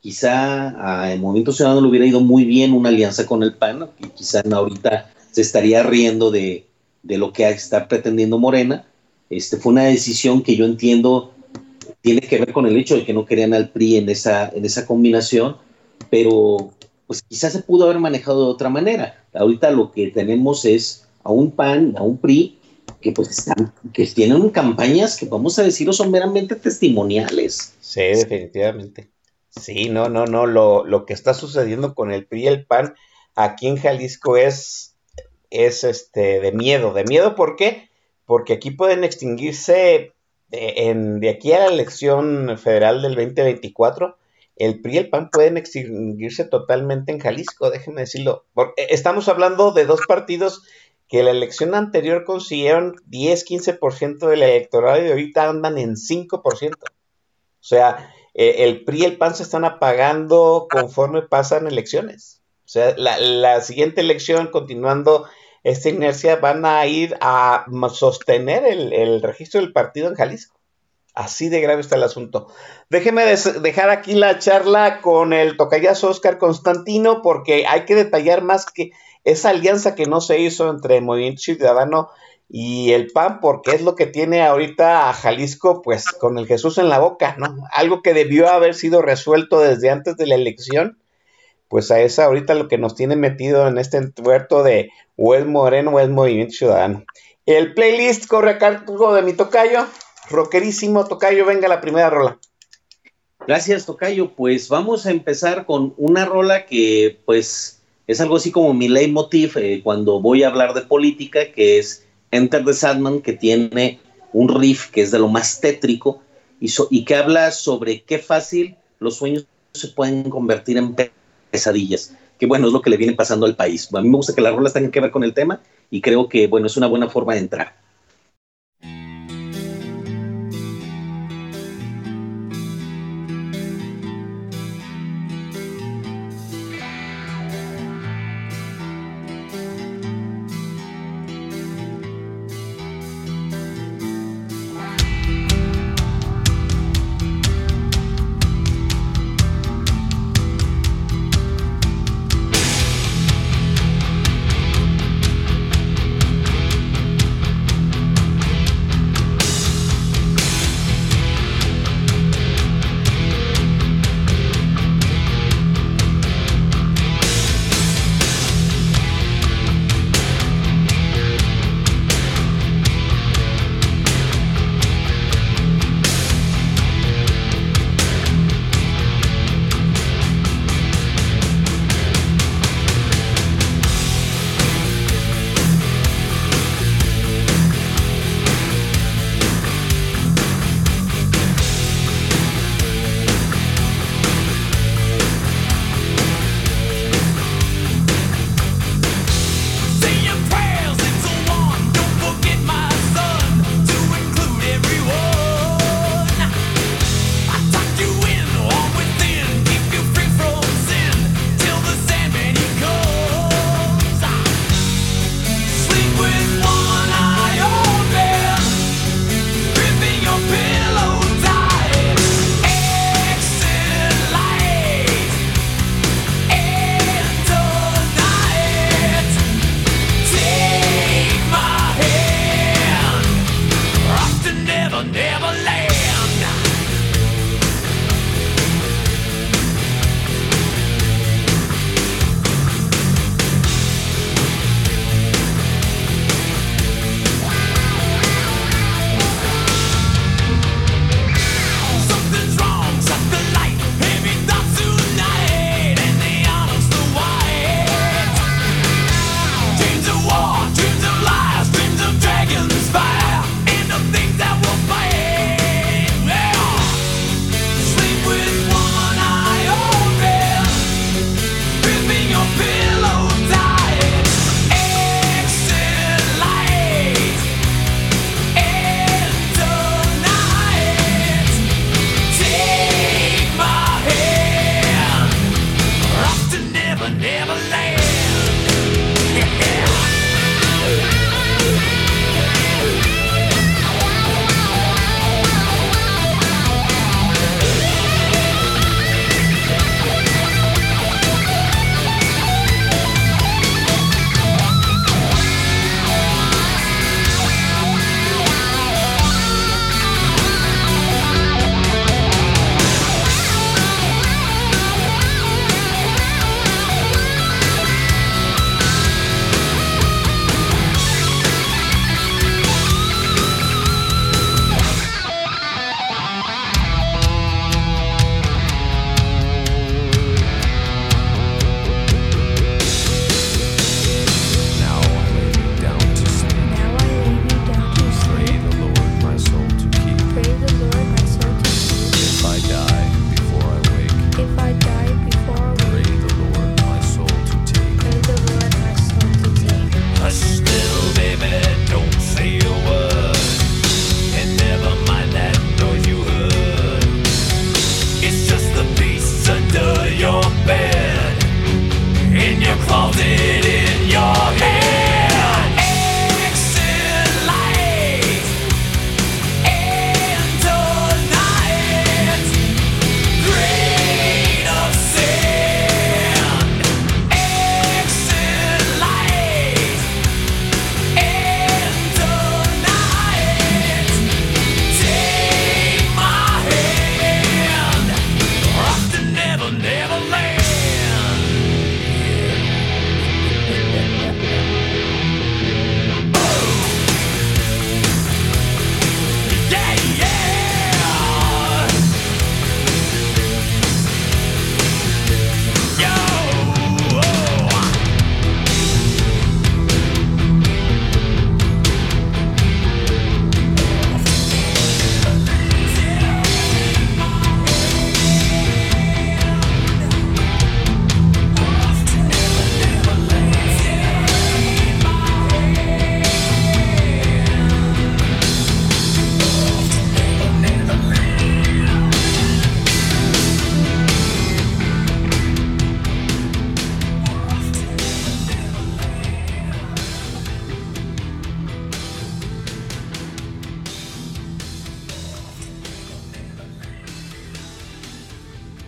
quizá al Movimiento Ciudadano le hubiera ido muy bien una alianza con el P A N, que quizá ahorita se estaría riendo de, de lo que está pretendiendo Morena. Este, fue una decisión que yo entiendo tiene que ver con el hecho de que no querían al P R I en esa, en esa combinación, pero pues quizás se pudo haber manejado de otra manera. Ahorita lo que tenemos es a un P A N, a un P R I, que pues están, que tienen campañas que vamos a decirlo son meramente testimoniales. Sí, definitivamente. Sí, no, no, no, lo, lo que está sucediendo con el P R I y el P A N aquí en Jalisco es, es este, de miedo. ¿De miedo por qué? Porque aquí pueden extinguirse, de, en, de aquí a la elección federal del veinte veinticuatro, el P R I y el P A N pueden extinguirse totalmente en Jalisco, déjenme decirlo. Porque estamos hablando de dos partidos que la elección anterior consiguieron diez, quince por ciento del electorado y ahorita andan en cinco por ciento. O sea, eh, el P R I y el P A N se están apagando conforme pasan elecciones. O sea, la, la siguiente elección, continuando esta inercia, van a ir a sostener el, el registro del partido en Jalisco. Así de grave está el asunto. Déjeme des- dejar aquí la charla con el tocayazo Óscar Constantino, porque hay que detallar más que esa alianza que no se hizo entre Movimiento Ciudadano y el P A N, porque es lo que tiene ahorita a Jalisco, pues, con el Jesús en la boca, ¿no? Algo que debió haber sido resuelto desde antes de la elección, pues a esa ahorita lo que nos tiene metido en este entuerto de o es Moreno o es Movimiento Ciudadano. El playlist corre a cargo de mi tocayo, rockerísimo tocayo, venga la primera rola. Gracias, tocayo. Pues vamos a empezar con una rola que pues es algo así como mi leitmotiv eh, cuando voy a hablar de política, que es Enter the Sandman, que tiene un riff que es de lo más tétrico y, so, y que habla sobre qué fácil los sueños se pueden convertir en pesadillas. que bueno, es lo que le viene pasando al país. A mí me gusta que las rolas tengan que ver con el tema y creo que bueno, es una buena forma de entrar.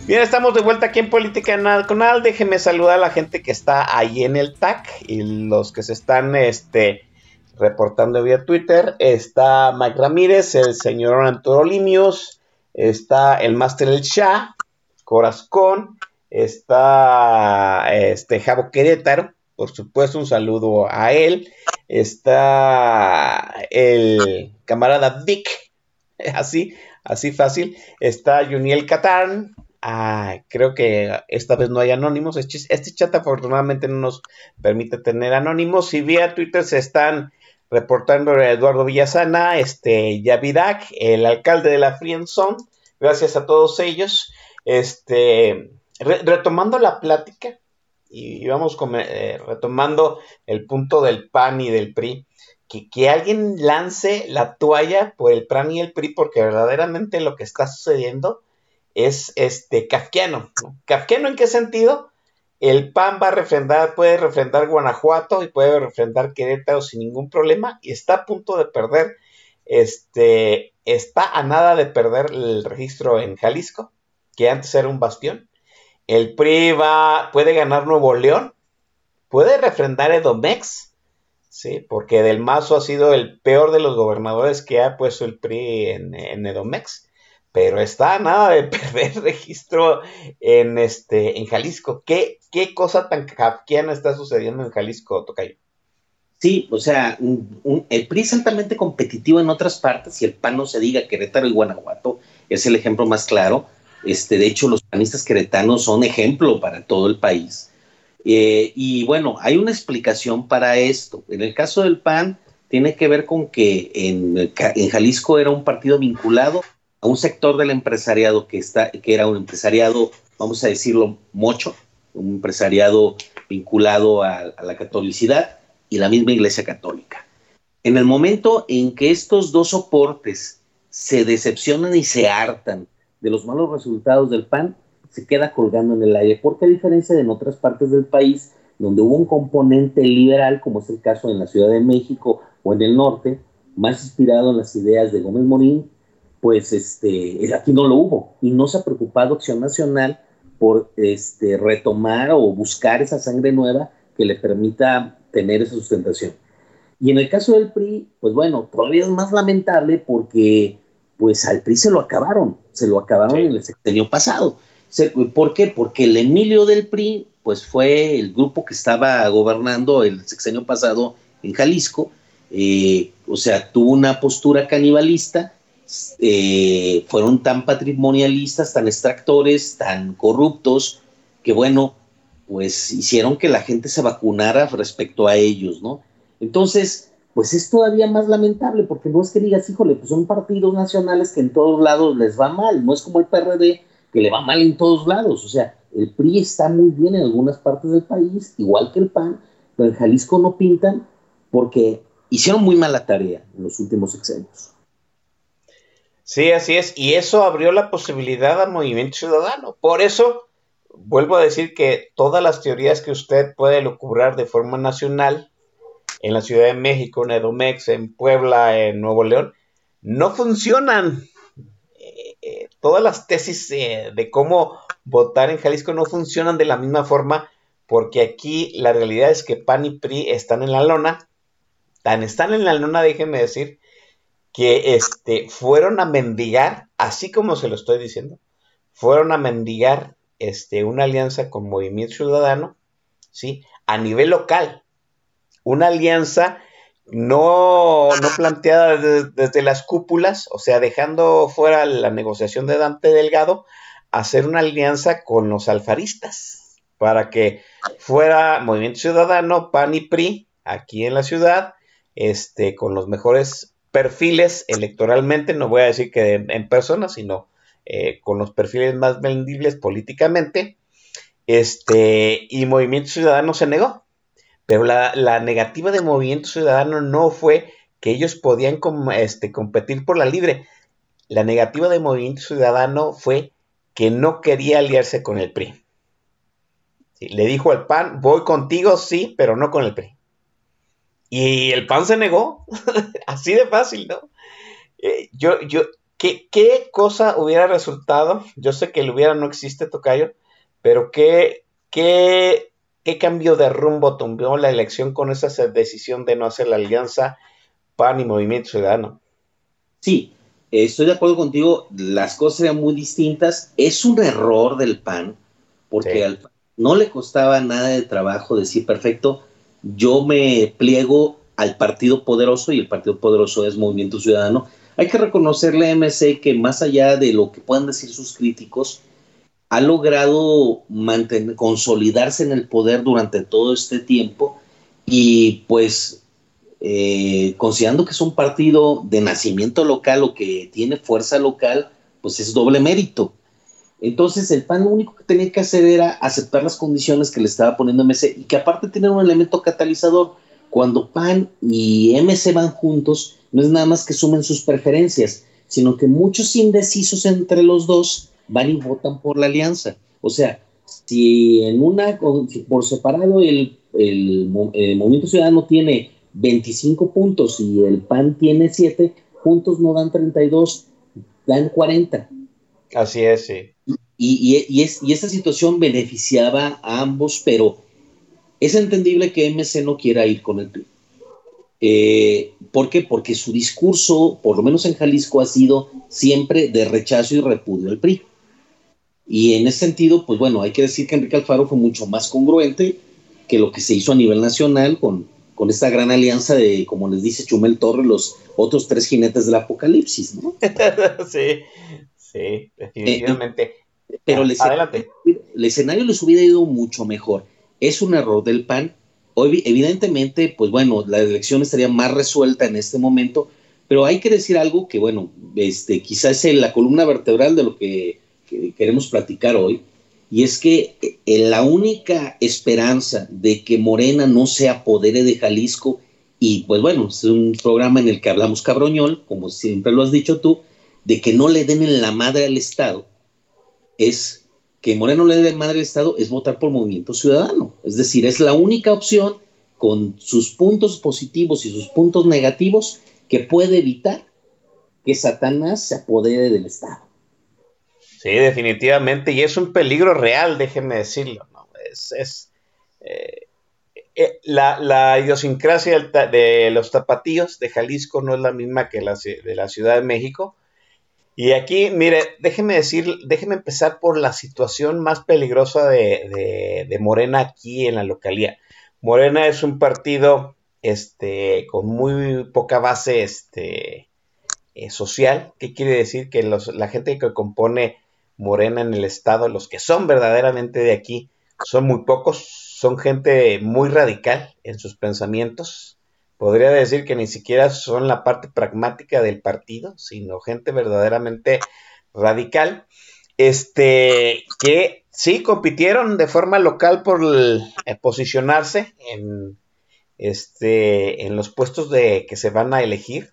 Bien, estamos de vuelta aquí en Política Nacional. Déjeme saludar a la gente que está ahí en el T A C y los que se están este, reportando vía Twitter. Está Mike Ramírez, el señor Arturo Limios, está el Máster El Shah, Corazón, está este Javo Querétaro, por supuesto, un saludo a él. Está el camarada Vic, así, así fácil. Está Juniel Catán. Ah, creo que esta vez no hay anónimos. Este chat afortunadamente no nos permite tener anónimos. Y vía Twitter se están reportando a Eduardo Villasana, este, Yavidak, el alcalde de la Friendzone. Gracias a todos ellos. Este, re retomando la plática, y, y vamos con, eh, retomando el punto del P A N y del P R I. Que, que alguien lance la toalla por el P R A N y el P R I, porque verdaderamente lo que está sucediendo es este kafkiano, ¿no? ¿Kafkiano en qué sentido? El P A N va a refrendar, puede refrendar Guanajuato y puede refrendar Querétaro sin ningún problema, y está a punto de perder, este, está a nada de perder el registro en Jalisco, que antes era un bastión. El P R I va, puede ganar Nuevo León, puede refrendar Edomex, sí, porque Del Mazo ha sido el peor de los gobernadores que ha puesto el P R I en, en Edomex. Pero está a nada de perder registro en este en Jalisco. ¿Qué, qué cosa tan kafkiana está sucediendo en Jalisco, Tocayo? Sí, o sea, un, un, el P R I es altamente competitivo en otras partes, y el P A N no se diga. Querétaro y Guanajuato es el ejemplo más claro. Este, de hecho, los panistas queretanos son ejemplo para todo el país. Eh, y bueno, hay una explicación para esto. En el caso del P A N, tiene que ver con que en, en Jalisco era un partido vinculado a un sector del empresariado que, está, que era un empresariado, vamos a decirlo, mocho, un empresariado vinculado a, a la catolicidad y la misma Iglesia Católica. En el momento en que estos dos soportes se decepcionan y se hartan de los malos resultados del P A N, se queda colgando en el aire, porque a diferencia de en otras partes del país, donde hubo un componente liberal, como es el caso en la Ciudad de México o en el norte, más inspirado en las ideas de Gómez Morín, pues este, aquí no lo hubo, y no se ha preocupado Acción Nacional por este, retomar o buscar esa sangre nueva que le permita tener esa sustentación. Y en el caso del P R I, pues bueno, todavía es más lamentable porque pues al P R I se lo acabaron, se lo acabaron sí. en el sexenio pasado. ¿Por qué? Porque el Emilio del P R I pues fue el grupo que estaba gobernando el sexenio pasado en Jalisco, eh, o sea, tuvo una postura canibalista. Eh, fueron tan patrimonialistas, tan extractores, tan corruptos, que bueno, pues hicieron que la gente se vacunara respecto a ellos, ¿no? Entonces, pues es todavía más lamentable, porque no es que digas, híjole, pues son partidos nacionales que en todos lados les va mal, no es como el P R D que le va mal en todos lados. O sea, el P R I está muy bien en algunas partes del país, igual que el P A N, pero en Jalisco no pintan porque hicieron muy mala tarea en los últimos sexenios. Sí, así es, y eso abrió la posibilidad al Movimiento Ciudadano. Por eso, vuelvo a decir que todas las teorías que usted puede lucubrar de forma nacional, en la Ciudad de México, en Edomex, en Puebla, en Nuevo León, no funcionan. Eh, eh, todas las tesis eh, de cómo votar en Jalisco no funcionan de la misma forma, porque aquí la realidad es que P A N y P R I están en la lona, tan están en la lona, déjenme decir, que este, fueron a mendigar, así como se lo estoy diciendo, fueron a mendigar este, una alianza con Movimiento Ciudadano, ¿sí? A nivel local, una alianza no, no planteada desde, desde las cúpulas, o sea, dejando fuera la negociación de Dante Delgado, hacer una alianza con los alfaristas, para que fuera Movimiento Ciudadano, P A N y P R I, aquí en la ciudad, este, con los mejores perfiles electoralmente, no voy a decir que en persona, sino eh, con los perfiles más vendibles políticamente, este, y Movimiento Ciudadano se negó, pero la, la negativa de Movimiento Ciudadano no fue que ellos podían com, este, competir por la libre, la negativa de Movimiento Ciudadano fue que no quería aliarse con el P R I. Sí, le dijo al P A N, voy contigo, sí, pero no con el P R I. Y el P A N se negó, así de fácil, ¿no? Eh, yo, yo, ¿qué, ¿qué cosa hubiera resultado? Yo sé que el hubiera no existe, tocayo, pero ¿qué, qué, qué cambio de rumbo tomó la elección con esa decisión de no hacer la alianza P A N y Movimiento Ciudadano? Sí, eh, estoy de acuerdo contigo, las cosas eran muy distintas. Es un error del P A N, porque sí. al P A N no le costaba nada de trabajo decir, perfecto, yo me pliego al partido poderoso, y el partido poderoso es Movimiento Ciudadano. Hay que reconocerle a M C que más allá de lo que puedan decir sus críticos, ha logrado mantener, consolidarse en el poder durante todo este tiempo, y pues eh, considerando que es un partido de nacimiento local o que tiene fuerza local, pues es doble mérito. Entonces el P A N lo único que tenía que hacer era aceptar las condiciones que le estaba poniendo M C, y que aparte tiene un elemento catalizador. Cuando P A N y M C van juntos, no es nada más que sumen sus preferencias, sino que muchos indecisos entre los dos van y votan por la alianza. O sea, si en una, si por separado el, el, el Movimiento Ciudadano tiene veinticinco puntos y el P A N tiene siete, juntos no dan treinta y dos, dan cuarenta. Así es, sí. Y, y, y, es, y esta situación beneficiaba a ambos, pero es entendible que M C no quiera ir con el P R I. Eh, ¿Por qué? Porque su discurso, por lo menos en Jalisco, ha sido siempre de rechazo y repudio al P R I. Y en ese sentido, pues bueno, hay que decir que Enrique Alfaro fue mucho más congruente que lo que se hizo a nivel nacional con, con esta gran alianza de, como les dice Chumel Torres, los otros tres jinetes del apocalipsis, ¿no? Sí, sí, definitivamente. Eh, pero el escenario, el escenario les hubiera ido mucho mejor. Es un error del P A N. Hoy, evidentemente, pues bueno, la elección estaría más resuelta en este momento, pero hay que decir algo que, bueno, este, quizás es la columna vertebral de lo que, que queremos platicar hoy, y es que eh, la única esperanza de que Morena no se apodere de Jalisco, y pues bueno, es un programa en el que hablamos cabroñol, como siempre lo has dicho tú, de que no le den en la madre al Estado, es que Morena no le dé madre al Estado, es votar por Movimiento Ciudadano. Es decir, es la única opción con sus puntos positivos y sus puntos negativos que puede evitar que Satanás se apodere del Estado. Sí, definitivamente, y es un peligro real, déjenme decirlo, ¿no? Es, es eh, eh, la, la idiosincrasia de, de los tapatíos de Jalisco no es la misma que la de la Ciudad de México. Y aquí, mire, déjeme decir, déjeme empezar por la situación más peligrosa de, de, de Morena aquí en la localía. Morena es un partido este, con muy poca base este, eh, social. ¿Qué quiere decir? Que los, la gente que compone Morena en el estado, los que son verdaderamente de aquí, son muy pocos, son gente muy radical en sus pensamientos. Podría decir que ni siquiera son la parte pragmática del partido, sino gente verdaderamente radical, este, que sí compitieron de forma local por el, eh, posicionarse en, este, en los puestos de que se van a elegir.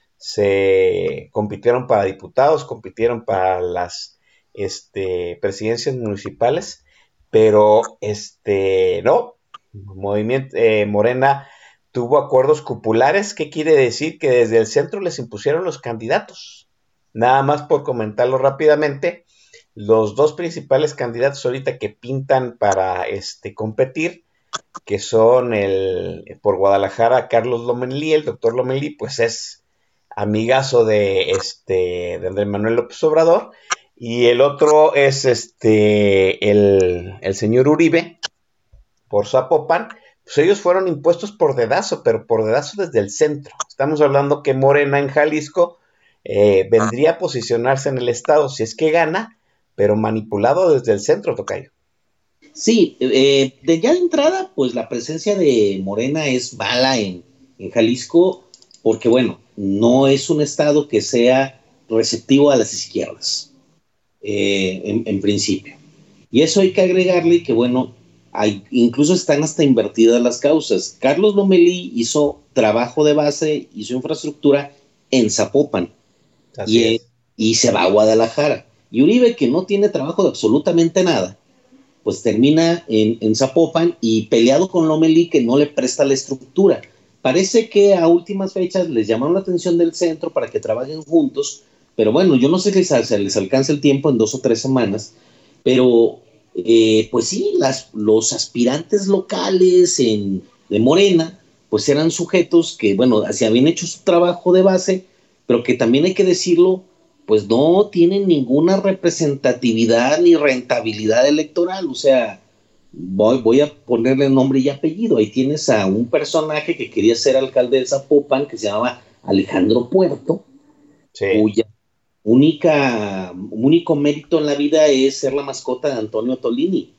Se compitieron para diputados, compitieron para las este, presidencias municipales, pero este, no, Movimiento eh, Morena tuvo acuerdos cupulares. ¿Qué quiere decir? Que desde el centro les impusieron los candidatos. Nada más por comentarlo rápidamente, los dos principales candidatos ahorita que pintan para este, competir, que son el por Guadalajara, Carlos Lomelí, el doctor Lomelí, pues es amigazo de, este, de Andrés Manuel López Obrador, y el otro es este, el, el señor Uribe, por Zapopan. Pues ellos fueron impuestos por dedazo, pero por dedazo desde el centro. Estamos hablando que Morena en Jalisco eh, vendría a posicionarse en el estado si es que gana, pero manipulado desde el centro, tocayo. Sí, eh, de ya de entrada, pues la presencia de Morena es mala en, en Jalisco, porque bueno, no es un estado que sea receptivo a las izquierdas, eh, en, en principio. Y eso hay que agregarle que bueno, hay, incluso están hasta invertidas las causas. Carlos Lomelí hizo trabajo de base, hizo infraestructura en Zapopan y, y se va a Guadalajara. Y Uribe, que no tiene trabajo de absolutamente nada, pues termina en, en Zapopan y peleado con Lomelí, que no le presta la estructura. Parece que a últimas fechas les llamaron la atención del centro para que trabajen juntos, pero bueno, yo no sé si les, les alcanza el tiempo en dos o tres semanas, pero eh, pues sí, las, los aspirantes locales en, de Morena, pues eran sujetos que, bueno, se habían hecho su trabajo de base, pero que también hay que decirlo, pues no tienen ninguna representatividad ni rentabilidad electoral, o sea, voy, voy a ponerle nombre y apellido. Ahí tienes a un personaje que quería ser alcalde de Zapopan, que se llamaba Alejandro Puerto, sí. cuya única, único mérito en la vida es ser la mascota de Antonio Tolini.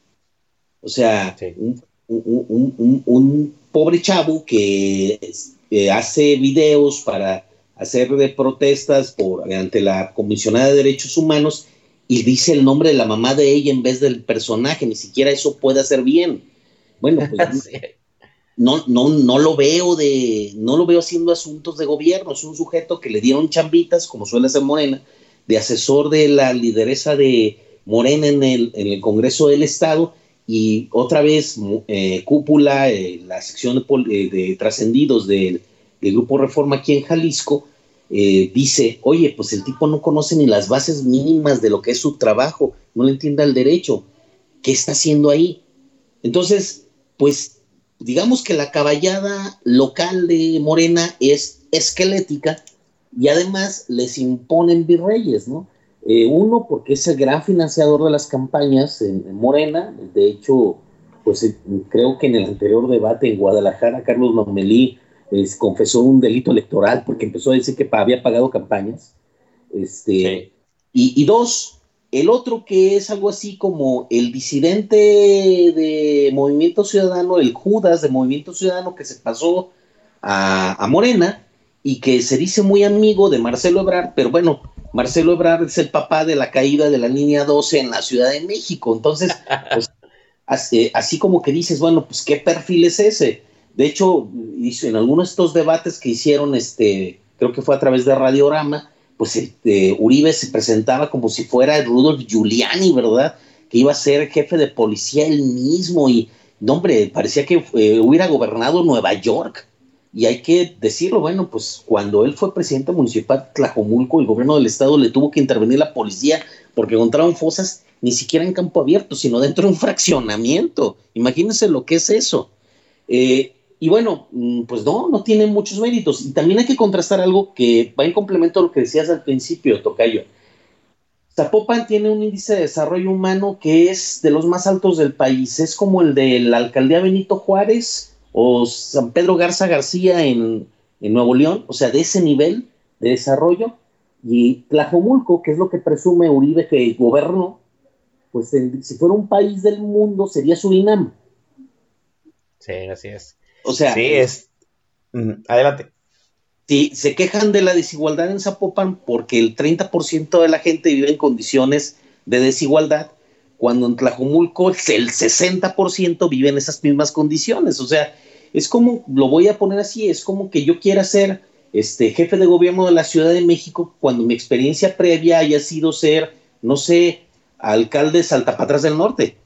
O sea, sí. un, un, un, un, un pobre chavo que eh, hace videos para hacer de protestas por, ante la comisionada de derechos humanos y dice el nombre de la mamá de ella en vez del personaje, ni siquiera eso puede hacer bien. Bueno, pues sí. no, no, no lo veo de, no lo veo haciendo asuntos de gobierno, es un sujeto que le dieron chambitas, como suele hacer Morena, de asesor de la lideresa de Morena en el, en el Congreso del Estado, y otra vez eh, cúpula, eh, la sección de, de trascendidos del, del Grupo Reforma aquí en Jalisco, eh, dice, oye, pues el tipo no conoce ni las bases mínimas de lo que es su trabajo, no le entiende el derecho, ¿qué está haciendo ahí? Entonces, pues, digamos que la caballada local de Morena es esquelética y además les imponen virreyes, ¿no? Eh, uno, porque es el gran financiador de las campañas en, en Morena. De hecho, pues eh, creo que en el anterior debate en Guadalajara, Carlos Lomelí eh, confesó un delito electoral porque empezó a decir que había pagado campañas. Este, sí. y, y dos, el otro que es algo así como el disidente de Movimiento Ciudadano, el Judas de Movimiento Ciudadano que se pasó a, a Morena y que se dice muy amigo de Marcelo Ebrard, pero bueno, Marcelo Ebrard es el papá de la caída de la línea doce en la Ciudad de México. Entonces, pues, así, así como que dices, bueno, pues ¿qué perfil es ese? De hecho, en algunos de estos debates que hicieron, este, creo que fue a través de Radiorama, pues este, Uribe se presentaba como si fuera Rudolph Giuliani, ¿verdad? Que iba a ser jefe de policía él mismo y, no, hombre, parecía que eh, hubiera gobernado Nueva York. Y hay que decirlo, bueno, pues cuando él fue presidente municipal de Tlajomulco, el gobierno del estado le tuvo que intervenir la policía porque encontraron fosas ni siquiera en campo abierto, sino dentro de un fraccionamiento. Imagínense lo que es eso. Eh, y bueno, pues no, no tiene muchos méritos. Y también hay que contrastar algo que va en complemento a lo que decías al principio, Tocayo. Zapopan tiene un índice de desarrollo humano que es de los más altos del país. Es como el de la alcaldía Benito Juárez o San Pedro Garza García en, en Nuevo León, o sea, de ese nivel de desarrollo. Y Tlajomulco, que es lo que presume Uribe que gobernó, pues en, si fuera un país del mundo sería Surinam. Sí, así es. O sea, sí, es... adelante. Sí, se quejan de la desigualdad en Zapopan porque el treinta por ciento de la gente vive en condiciones de desigualdad, cuando en Tlajomulco el sesenta por ciento vive en esas mismas condiciones. O sea, es como, lo voy a poner así, es como que yo quiera ser este, jefe de gobierno de la Ciudad de México cuando mi experiencia previa haya sido ser, no sé, alcalde de Saltapatras del Norte.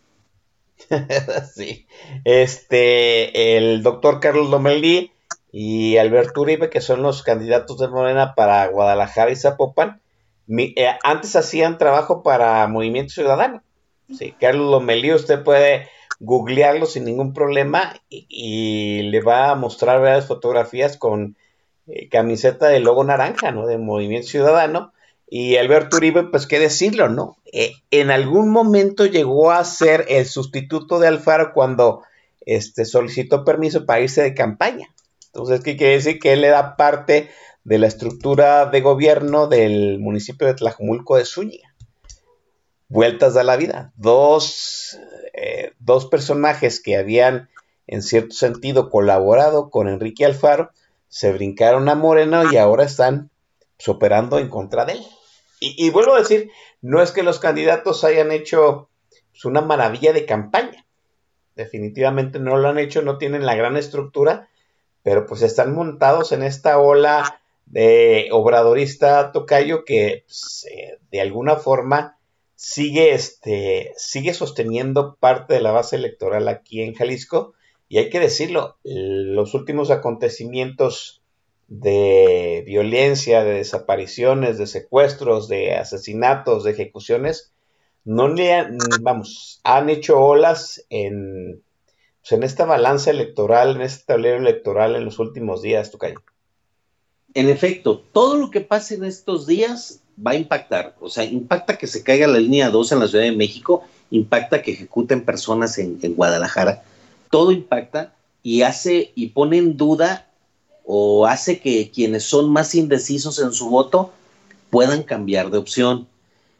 Sí, este, el doctor Carlos Lomelí y Alberto Uribe, que son los candidatos de Morena para Guadalajara y Zapopan, mi, eh, antes hacían trabajo para Movimiento Ciudadano. Sí, Carlos Lomelí, usted puede googlearlo sin ningún problema y, y le va a mostrar varias fotografías con eh, camiseta de logo naranja, ¿no? De Movimiento Ciudadano. Y Alberto Uribe, pues qué decirlo, ¿no? Eh, en algún momento llegó a ser el sustituto de Alfaro cuando este, solicitó permiso para irse de campaña. Entonces, ¿qué quiere decir? Que él era parte de la estructura de gobierno del municipio de Tlajomulco de Zúñiga. Vueltas a la vida. Dos, eh, dos personajes que habían, en cierto sentido, colaborado con Enrique Alfaro, se brincaron a Morena y ahora están pues, operando en contra de él. Y, y vuelvo a decir, no es que los candidatos hayan hecho pues, una maravilla de campaña. Definitivamente no lo han hecho, no tienen la gran estructura, pero pues están montados en esta ola de obradorista, Tocayo, que pues, eh, de alguna forma sigue, este, sigue sosteniendo parte de la base electoral aquí en Jalisco. Y hay que decirlo, los últimos acontecimientos de violencia, de desapariciones, de secuestros, de asesinatos, de ejecuciones, no le han, vamos, han hecho olas en, pues en esta balanza electoral, en este tablero electoral en los últimos días, Tocayo. En efecto, todo lo que pase en estos días va a impactar, o sea, impacta que se caiga la línea dos en la Ciudad de México, impacta que ejecuten personas en, en Guadalajara, todo impacta y hace y pone en duda o hace que quienes son más indecisos en su voto puedan cambiar de opción.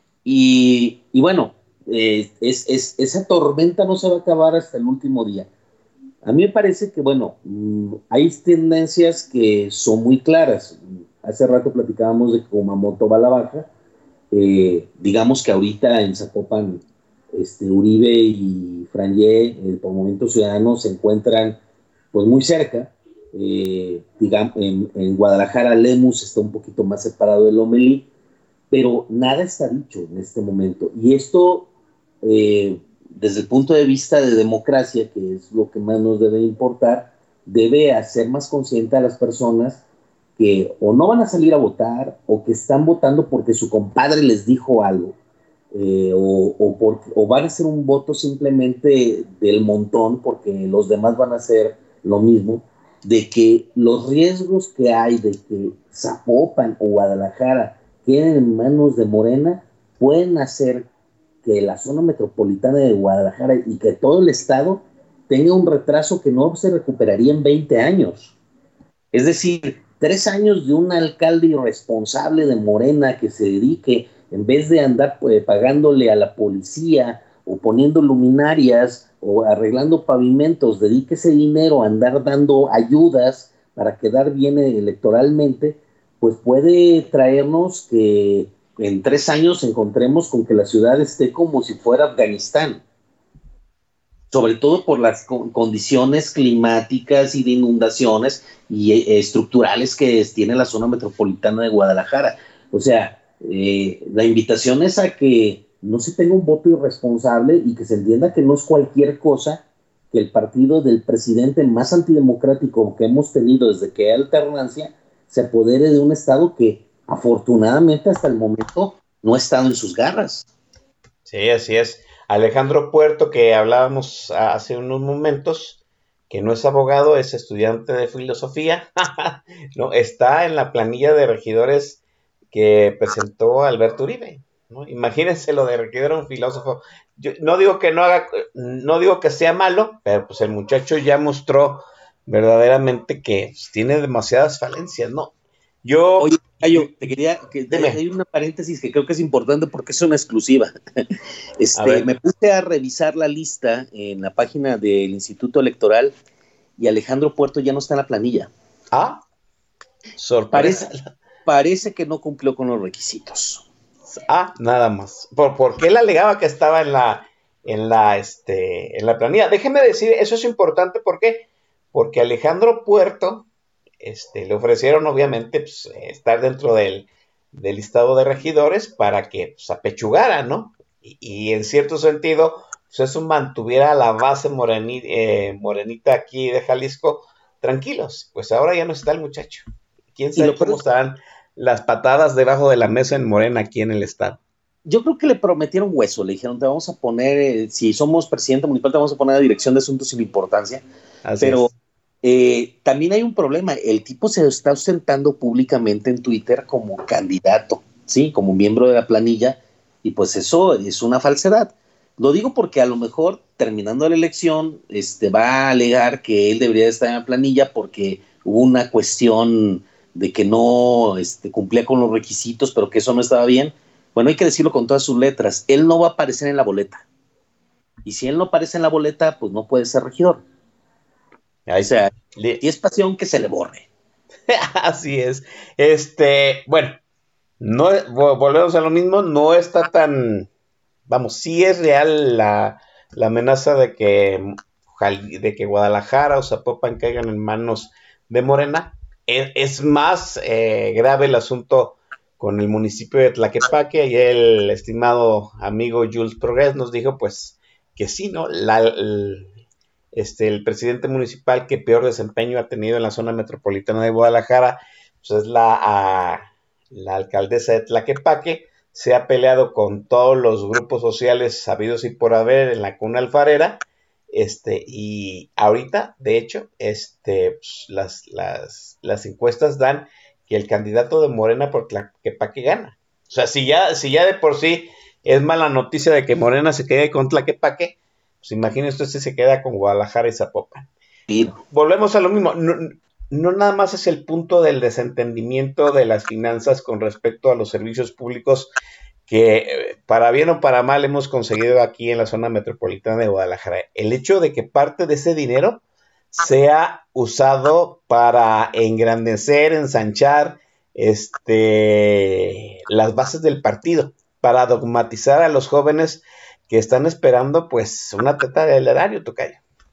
Y, y bueno, eh, es, es, esa tormenta no se va a acabar hasta el último día. A mí me parece que, bueno, mmm, hay tendencias que son muy claras. Hace rato platicábamos de que Kumamoto va a la baja. Eh, digamos que ahorita en Zapopan, este, Uribe y Franje, eh, por Movimiento Ciudadano, se encuentran pues muy cerca. Eh, digamos, en, en Guadalajara, Lemus está un poquito más separado de Lomelí, pero nada está dicho en este momento. Y esto, eh, desde el punto de vista de democracia, que es lo que más nos debe importar, debe hacer más consciente a las personas que o no van a salir a votar o que están votando porque su compadre les dijo algo, eh, o, o, por, o van a hacer un voto simplemente del montón porque los demás van a hacer lo mismo, de que los riesgos que hay de que Zapopan o Guadalajara queden en manos de Morena pueden hacer que la zona metropolitana de Guadalajara y que todo el estado tenga un retraso que no se recuperaría en veinte años. Es decir, tres años de un alcalde irresponsable de Morena que se dedique, en vez de andar pues, pagándole a la policía o poniendo luminarias o arreglando pavimentos, dedique ese dinero a andar dando ayudas para quedar bien electoralmente, pues puede traernos que en tres años encontremos con que la ciudad esté como si fuera Afganistán, sobre todo por las co- condiciones climáticas y de inundaciones y eh, estructurales que tiene la zona metropolitana de Guadalajara. O sea, eh, la invitación es a que no se tenga un voto irresponsable y que se entienda que no es cualquier cosa que el partido del presidente más antidemocrático que hemos tenido desde que hay alternancia se apodere de un estado que afortunadamente hasta el momento no ha estado en sus garras. Sí, así es. Alejandro Puerto, que hablábamos hace unos momentos, que no es abogado, es estudiante de filosofía, no, está en la planilla de regidores que presentó Alberto Uribe, ¿no? Imagínense lo de regidor a un filósofo. Yo no digo que no haga, no digo que sea malo, pero pues el muchacho ya mostró verdaderamente que pues, tiene demasiadas falencias, ¿no? Yo... Oye, Cayo, te quería, que Dime. hay una paréntesis que creo que es importante porque es una exclusiva. Este, me puse a revisar la lista en la página del Instituto Electoral y Alejandro Puerto ya no está en la planilla. Ah, sorpresa. Parece, parece que no cumplió con los requisitos. Ah, nada más. ¿Por, por qué él alegaba que estaba en la, en la, este, en la planilla? Déjeme decir, eso es importante, ¿por qué? Porque Alejandro Puerto, este, le ofrecieron obviamente pues, estar dentro del, del listado de regidores para que pues, apechugara, ¿no? Y, y en cierto sentido, pues eso mantuviera a la base moreni, eh, morenita aquí de Jalisco tranquilos. Pues ahora ya no está el muchacho. ¿Quién sabe cómo es... estarán las patadas debajo de la mesa en Morena aquí en el estado? Yo creo que le prometieron hueso, le dijeron, te vamos a poner, eh, si somos presidente municipal, te vamos a poner a dirección de asuntos sin importancia. Así pero... Es. Eh, también hay un problema, el tipo se está ostentando públicamente en Twitter como candidato, ¿sí? Como miembro de la planilla, y pues eso es una falsedad. Lo digo porque a lo mejor terminando la elección este, va a alegar que él debería estar en la planilla porque hubo una cuestión de que no este, cumplía con los requisitos, pero que eso no estaba bien. Bueno, hay que decirlo con todas sus letras, él no va a aparecer en la boleta, y si él no aparece en la boleta, pues no puede ser regidor. O sea, y es pasión que se le borre. Así es. Este, bueno, no volvemos a lo mismo, no está tan, vamos, sí es real la, la amenaza de que, de que Guadalajara o Zapopan caigan en manos de Morena. Es, es más eh, grave el asunto con el municipio de Tlaquepaque, y el estimado amigo Jules Progres nos dijo, pues, que sí, ¿no? La, el, Este, el presidente municipal que peor desempeño ha tenido en la zona metropolitana de Guadalajara pues es la, a, la alcaldesa de Tlaquepaque, se ha peleado con todos los grupos sociales sabidos y por haber en la cuna alfarera, este, y ahorita, de hecho, este, pues, las, las, las encuestas dan que el candidato de Morena por Tlaquepaque gana. O sea, si ya, si ya de por sí es mala noticia de que Morena se quede con Tlaquepaque, pues imagínese usted si se queda con Guadalajara y Zapopan. Y volvemos a lo mismo, no, no nada más es el punto del desentendimiento de las finanzas con respecto a los servicios públicos que para bien o para mal hemos conseguido aquí en la zona metropolitana de Guadalajara. El hecho de que parte de ese dinero sea usado para engrandecer, ensanchar este, las bases del partido, para dogmatizar a los jóvenes que están esperando pues una teta del erario, tocayo.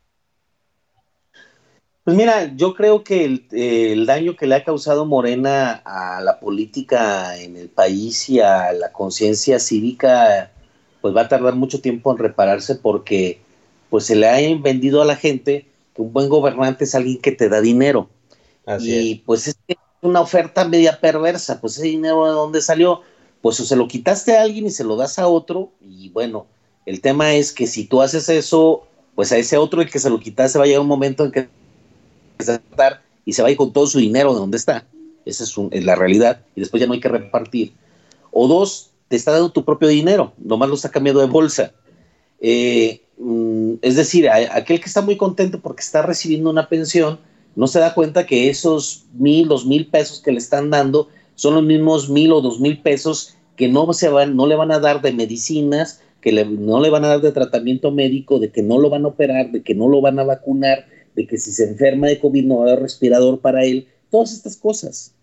Pues mira, yo creo que el, el daño que le ha causado Morena a la política en el país y a la conciencia cívica, pues va a tardar mucho tiempo en repararse, porque pues se le ha vendido a la gente que un buen gobernante es alguien que te da dinero. Así y es. Pues es una oferta media perversa. Pues ese dinero, ¿de dónde salió? Pues o se lo quitaste a alguien y se lo das a otro, y bueno, el tema es que si tú haces eso, pues a ese otro el que se lo quitaste va a llegar un momento en que y se va a ir con todo su dinero de donde está. Esa es, un, es la realidad, y después ya no hay que repartir. O dos, te está dando tu propio dinero, nomás lo está cambiando de bolsa. Eh, mm, es decir, a, aquel que está muy contento porque está recibiendo una pensión, no se da cuenta que esos mil, dos mil pesos que le están dando son los mismos mil o dos mil pesos que no, se van, no le van a dar de medicinas, que le, no le van a dar de tratamiento médico, de que no lo van a operar, de que no lo van a vacunar, de que si se enferma de COVID no va a haber respirador para él, todas estas cosas.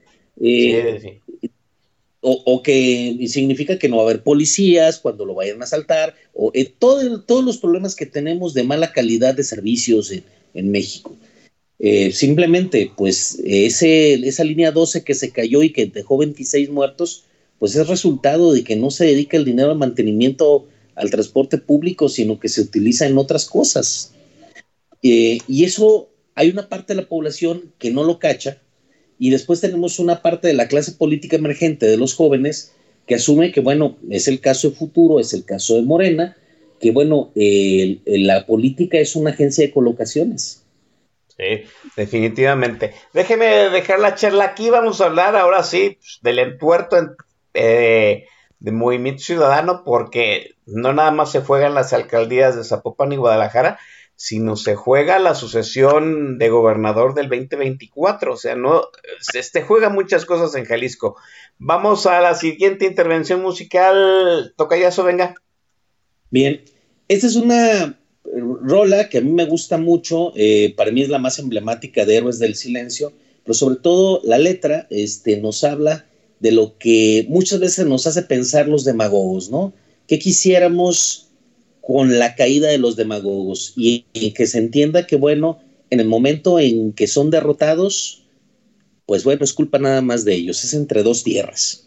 Eh, sí, sí. O, o que significa que no va a haber policías cuando lo vayan a asaltar, o eh, todo, todos los problemas que tenemos de mala calidad de servicios en, en México. Eh, simplemente, pues, ese, esa línea doce que se cayó y que dejó veintiséis muertos, pues es resultado de que no se dedica el dinero al mantenimiento al transporte público, sino que se utiliza en otras cosas. Eh, y eso, hay una parte de la población que no lo cacha, y después tenemos una parte de la clase política emergente de los jóvenes que asume que, bueno, es el caso de Futuro, es el caso de Morena, que, bueno, eh, la política es una agencia de colocaciones. Sí, definitivamente. Déjeme dejar la charla aquí, vamos a hablar ahora sí del entuerto en, eh, de Movimiento Ciudadano, porque no nada más se juegan las alcaldías de Zapopan y Guadalajara, sino se juega la sucesión de gobernador del veinte veinticuatro, o sea, no, se, se juega muchas cosas en Jalisco. Vamos a la siguiente intervención musical, tocayazo, venga. Bien, esta es una rola que a mí me gusta mucho, eh, para mí es la más emblemática de Héroes del Silencio, pero sobre todo la letra este, nos habla de lo que muchas veces nos hace pensar los demagogos, ¿no? ¿Qué quisiéramos con la caída de los demagogos? Y, y que se entienda que, bueno, en el momento en que son derrotados, pues bueno, es culpa nada más de ellos, es entre dos tierras.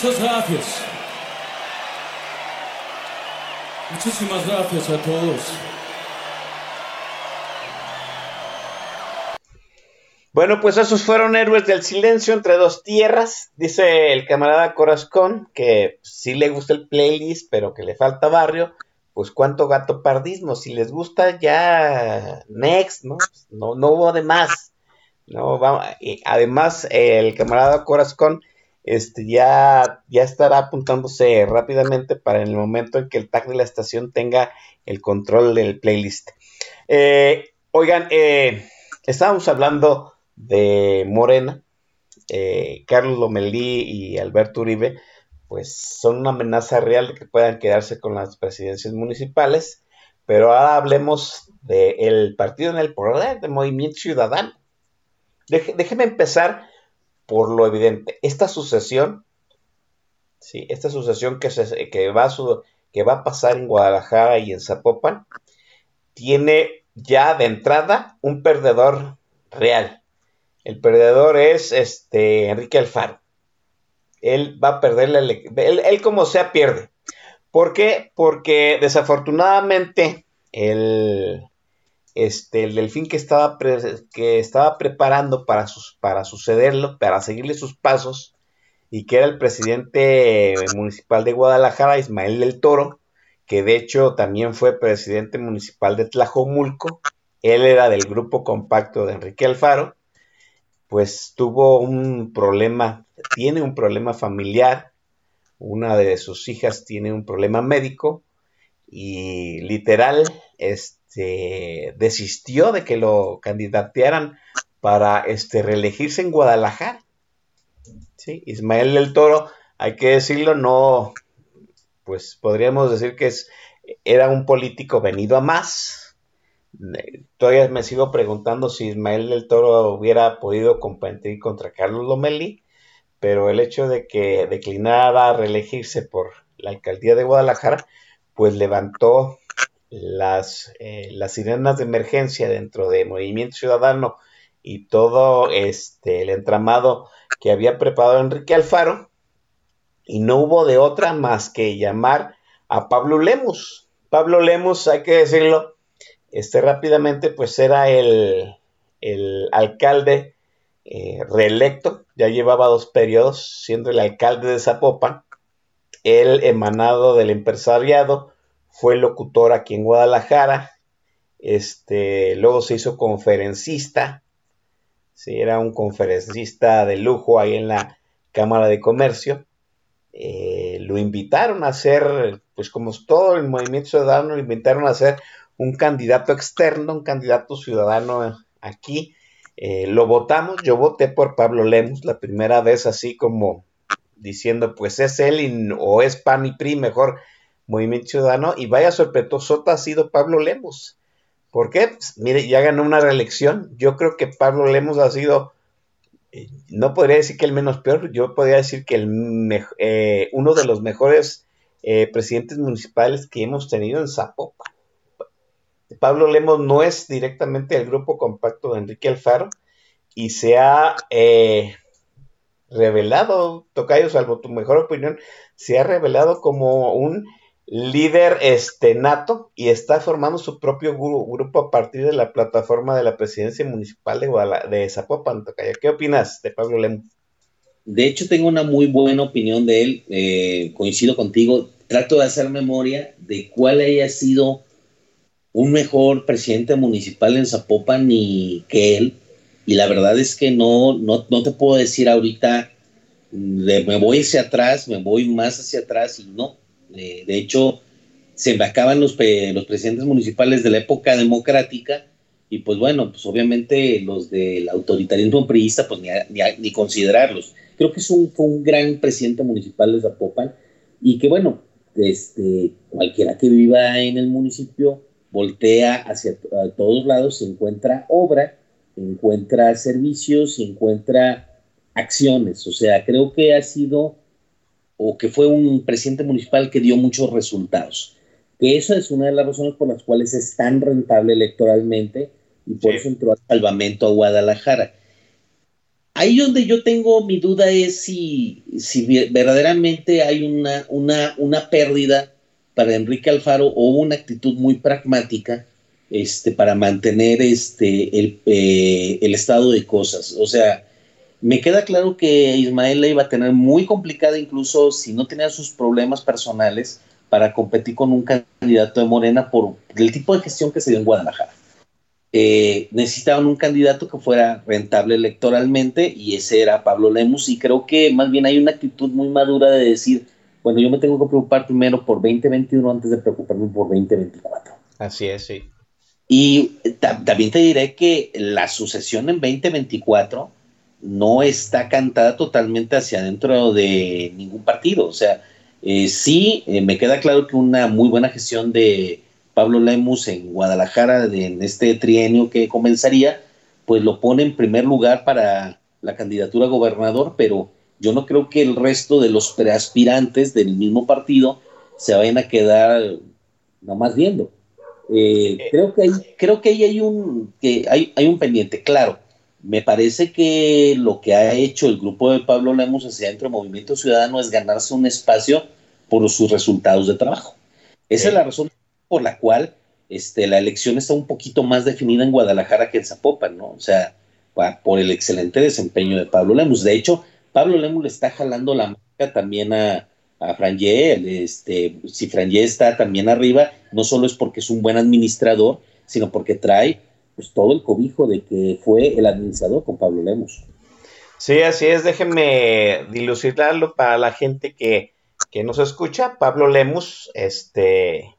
Muchas gracias. Muchísimas gracias a todos. Bueno, pues esos fueron Héroes del Silencio entre dos tierras. Dice el camarada Corazón que sí le gusta el playlist, pero que le falta barrio. Pues cuánto gato pardismo. Si les gusta, ya next, ¿no? No, no hubo de más. No, vamos. Y además, el camarada Corazón este, ya, ya estará apuntándose rápidamente para en el momento en que el tag de la estación tenga el control del playlist. Eh, oigan, eh, estábamos hablando de Morena, eh, Carlos Lomelí y Alberto Uribe, pues son una amenaza real de que puedan quedarse con las presidencias municipales, pero ahora hablemos del partido en el poder, de Movimiento Ciudadano. Deje, déjeme empezar por lo evidente. Esta sucesión, sí, esta sucesión que, se, que, va a su, que va a pasar en Guadalajara y en Zapopan, tiene ya de entrada un perdedor real. El perdedor es este Enrique Alfaro. Él va a perder la elección. Él, él como sea pierde. ¿Por qué? Porque desafortunadamente el, este, el delfín que estaba, pre, que estaba preparando para, sus, para sucederlo, para seguirle sus pasos, y que era el presidente municipal de Guadalajara, Ismael del Toro, que de hecho también fue presidente municipal de Tlajomulco. Él era del grupo compacto de Enrique Alfaro. Pues tuvo un problema, tiene un problema familiar, una de sus hijas tiene un problema médico y literal este, desistió de que lo candidatearan para este, reelegirse en Guadalajara. ¿Sí? Ismael del Toro, hay que decirlo, no, pues podríamos decir que es, era un político venido a más. Todavía me sigo preguntando si Ismael del Toro hubiera podido competir contra Carlos Lomelí, pero el hecho de que declinara reelegirse por la alcaldía de Guadalajara, pues levantó las, eh, las sirenas de emergencia dentro de Movimiento Ciudadano y todo este, el entramado que había preparado Enrique Alfaro, y no hubo de otra más que llamar a Pablo Lemus. Pablo Lemus, hay que decirlo, Este, rápidamente, pues era el, el alcalde eh, reelecto, ya llevaba dos periodos siendo el alcalde de Zapopan. Él, emanado del empresariado, fue locutor aquí en Guadalajara, este, luego se hizo conferencista, sí, era un conferencista de lujo ahí en la Cámara de Comercio. Eh, lo invitaron a hacer, pues como todo el Movimiento Ciudadano, lo invitaron a hacer un candidato externo, un candidato ciudadano aquí. Eh, lo votamos, yo voté por Pablo Lemus la primera vez, así como diciendo, pues es él y, o es P A N y P R I, mejor Movimiento Ciudadano, y vaya sorpresota ha sido Pablo Lemus. ¿Por qué? Pues, mire, ya ganó una reelección. Yo creo que Pablo Lemus ha sido, eh, no podría decir que el menos peor, yo podría decir que el me, eh, uno de los mejores eh, presidentes municipales que hemos tenido en Zapopan. Pablo Lemus no es directamente el grupo compacto de Enrique Alfaro y se ha eh, revelado, Tocayo, salvo tu mejor opinión, se ha revelado como un líder este, nato y está formando su propio gru- grupo a partir de la plataforma de la presidencia municipal de, Guadala- de Zapopan. Tocayo, ¿qué opinas de Pablo Lemus? De hecho, tengo una muy buena opinión de él, eh, coincido contigo, trato de hacer memoria de cuál haya sido un mejor presidente municipal en Zapopan y que él, y la verdad es que no, no, no te puedo decir ahorita, de, me voy hacia atrás, me voy más hacia atrás, y no, de, de hecho, se me acaban los, los presidentes municipales de la época democrática, y pues bueno, pues obviamente los del autoritarismo priista, pues ni, ni, ni considerarlos. Creo que es un, fue un gran presidente municipal de Zapopan, y que bueno, este, cualquiera que viva en el municipio, voltea hacia a todos lados, se encuentra obra, encuentra servicios, encuentra acciones. O sea, creo que ha sido, o que fue un presidente municipal que dio muchos resultados. Que esa es una de las razones por las cuales es tan rentable electoralmente y por sí. eso entró al salvamento a Guadalajara. ahí donde yo tengo mi duda es si, si verdaderamente hay una, una, una pérdida para Enrique Alfaro o una actitud muy pragmática este, para mantener este, el, eh, el estado de cosas. O sea, me queda claro que Ismael la iba a tener muy complicada, incluso si no tenía sus problemas personales, para competir con un candidato de Morena por el tipo de gestión que se dio en Guadalajara. Eh, necesitaban un candidato que fuera rentable electoralmente y ese era Pablo Lemus, y creo que más bien hay una actitud muy madura de decir, bueno, yo me tengo que preocupar primero por veinte veintiuno antes de preocuparme por veinte veinticuatro. Así es, sí. Y también te diré que la sucesión en veinte veinticuatro no está cantada totalmente hacia adentro de ningún partido. O sea, eh, sí, eh, me queda claro que una muy buena gestión de Pablo Lemus en Guadalajara de, en este trienio que comenzaría, pues lo pone en primer lugar para la candidatura a gobernador, pero yo no creo que el resto de los preaspirantes del mismo partido se vayan a quedar nomás viendo. Eh, creo que ahí, creo que ahí hay un, que hay, hay un pendiente, claro. Me parece que lo que ha hecho el grupo de Pablo Lemus hacia dentro del Movimiento Ciudadano es ganarse un espacio por sus resultados de trabajo. Esa sí. es la razón por la cual este, la elección está un poquito más definida en Guadalajara que en Zapopan, ¿no? O sea, por el excelente desempeño de Pablo Lemus. De hecho, Pablo Lemus le está jalando la marca también a, a Frangé. Este, si Frangé está también arriba, no solo es porque es un buen administrador, sino porque trae pues todo el cobijo de que fue el administrador con Pablo Lemus. Sí, así es, déjenme dilucidarlo para la gente que, que nos escucha. Pablo Lemus este,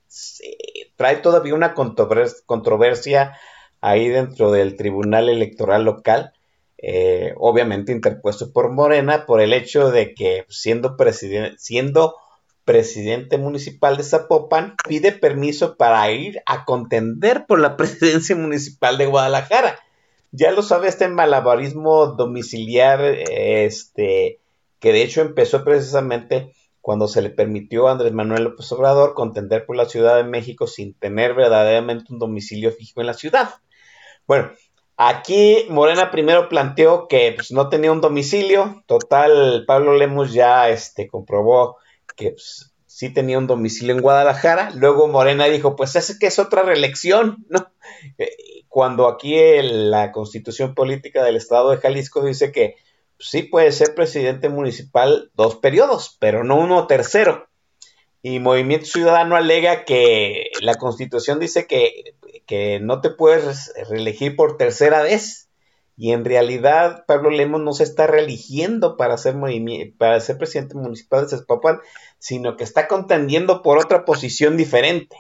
trae todavía una controversia ahí dentro del Tribunal Electoral Local, eh, obviamente interpuesto por Morena, por el hecho de que siendo presidente, siendo presidente municipal de Zapopan, pide permiso para ir a contender por la presidencia municipal de Guadalajara. Ya lo sabe, este malabarismo domiciliar, este, que de hecho empezó precisamente cuando se le permitió a Andrés Manuel López Obrador contender por la Ciudad de México sin tener verdaderamente un domicilio fijo en la ciudad. Bueno, aquí Morena primero planteó que pues, no tenía un domicilio. Total, Pablo Lemus ya este, comprobó que pues, sí tenía un domicilio en Guadalajara. Luego Morena dijo, pues es que es otra reelección, ¿no? Eh, cuando aquí el, la Constitución Política del Estado de Jalisco dice que pues, sí puede ser presidente municipal dos periodos, pero no uno tercero. Y Movimiento Ciudadano alega que la Constitución dice que, que no te puedes reelegir por tercera vez. Y en realidad Pablo Lemus no se está reeligiendo para ser, para ser presidente municipal de Zapopan, sino que está contendiendo por otra posición diferente.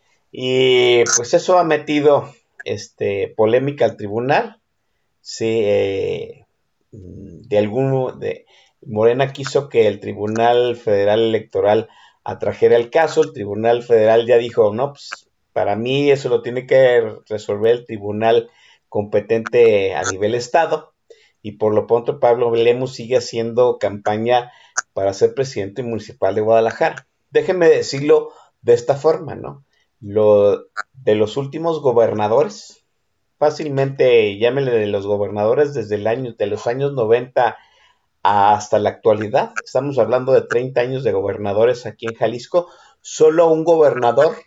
Y pues eso ha metido este, polémica al tribunal. Sí, eh, de algún de, Morena quiso que el Tribunal Federal Electoral atrajera el caso. El Tribunal Federal ya dijo, no, pues para mí eso lo tiene que resolver el tribunal competente a nivel estado, y por lo pronto Pablo Lemus sigue haciendo campaña para ser presidente municipal de Guadalajara. Déjenme decirlo de esta forma, ¿no? Lo, de los últimos gobernadores, fácilmente llámenle de los gobernadores desde el año, de los años noventa hasta la actualidad, estamos hablando de treinta años de gobernadores aquí en Jalisco, solo un gobernador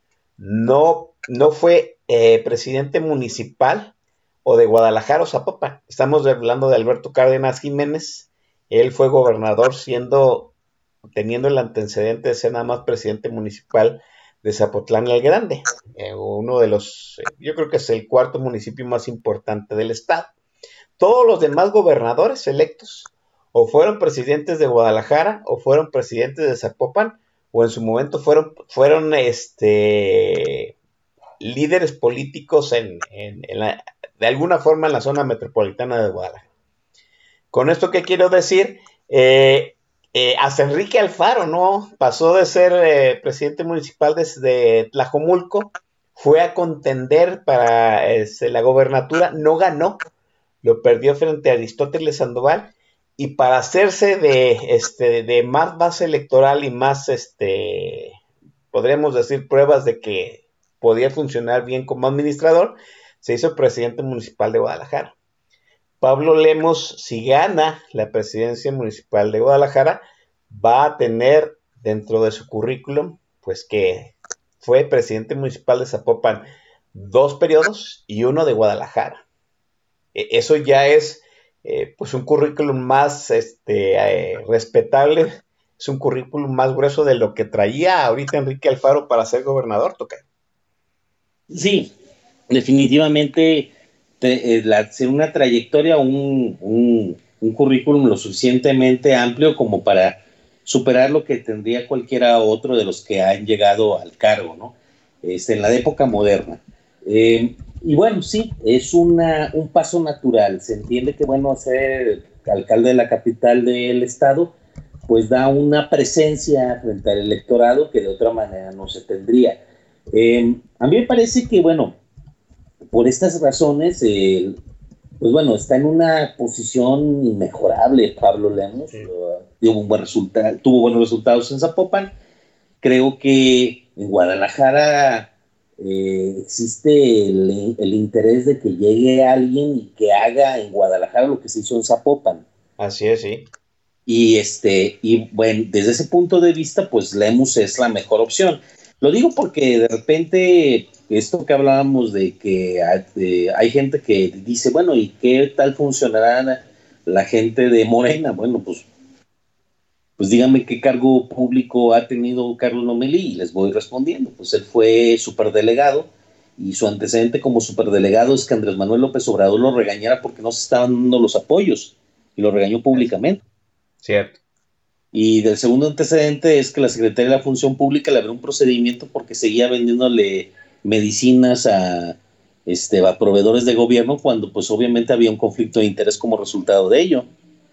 no, no fue eh, presidente municipal o de Guadalajara o Zapopan. Estamos hablando de Alberto Cárdenas Jiménez. Él fue gobernador siendo, teniendo el antecedente de ser nada más presidente municipal de Zapotlán el Grande, eh, uno de los, eh, yo creo que es el cuarto municipio más importante del estado. Todos los demás gobernadores electos o fueron presidentes de Guadalajara o fueron presidentes de Zapopan, o en su momento fueron, fueron este, líderes políticos en, en, en la, de alguna forma en la zona metropolitana de Guadalajara. Con esto, ¿qué quiero decir? Eh, eh, hasta Enrique Alfaro, ¿no? Pasó de ser eh, presidente municipal de Tlajomulco, fue a contender para este, la gobernatura, no ganó, lo perdió frente a Aristóteles Sandoval, y para hacerse de, este, de más base electoral y más, este, podríamos decir, pruebas de que podía funcionar bien como administrador, se hizo presidente municipal de Guadalajara. Pablo Lemos, si gana la presidencia municipal de Guadalajara, va a tener dentro de su currículum, pues que fue presidente municipal de Zapopan dos periodos y uno de Guadalajara. E- eso ya es eh, pues un currículum más este, eh, respetable, es un currículum más grueso de lo que traía ahorita Enrique Alfaro para ser gobernador, Tocayo. Sí, definitivamente te, eh, la, hacer una trayectoria, un, un, un currículum lo suficientemente amplio como para superar lo que tendría cualquiera otro de los que han llegado al cargo, ¿no? Este, en la época moderna. Eh, y bueno, sí, es una, un paso natural. Se entiende que, bueno, ser alcalde de la capital del estado, pues da una presencia frente al electorado que de otra manera no se tendría. Eh, a mí me parece que, bueno, por estas razones, eh, pues bueno, está en una posición inmejorable Pablo Lemos. Sí. Uh, tuvo, un buen resulta- tuvo buenos resultados en Zapopan. Creo que en Guadalajara eh, existe el, el interés de que llegue alguien y que haga en Guadalajara lo que se hizo en Zapopan. Así es, sí. Y, este, y bueno, desde ese punto de vista, pues Lemos es la mejor opción. Lo digo porque de repente, esto que hablábamos de que hay, de, hay gente que dice, bueno, ¿y qué tal funcionará la gente de Morena? Bueno, pues, pues díganme qué cargo público ha tenido Carlos Lomelí y les voy respondiendo. Pues él fue superdelegado y su antecedente como superdelegado es que Andrés Manuel López Obrador lo regañara porque no se estaban dando los apoyos y lo regañó públicamente. Cierto. Y del segundo antecedente es que la Secretaría de la Función Pública le abrió un procedimiento porque seguía vendiéndole medicinas a, este, a proveedores de gobierno cuando pues obviamente había un conflicto de interés como resultado de ello.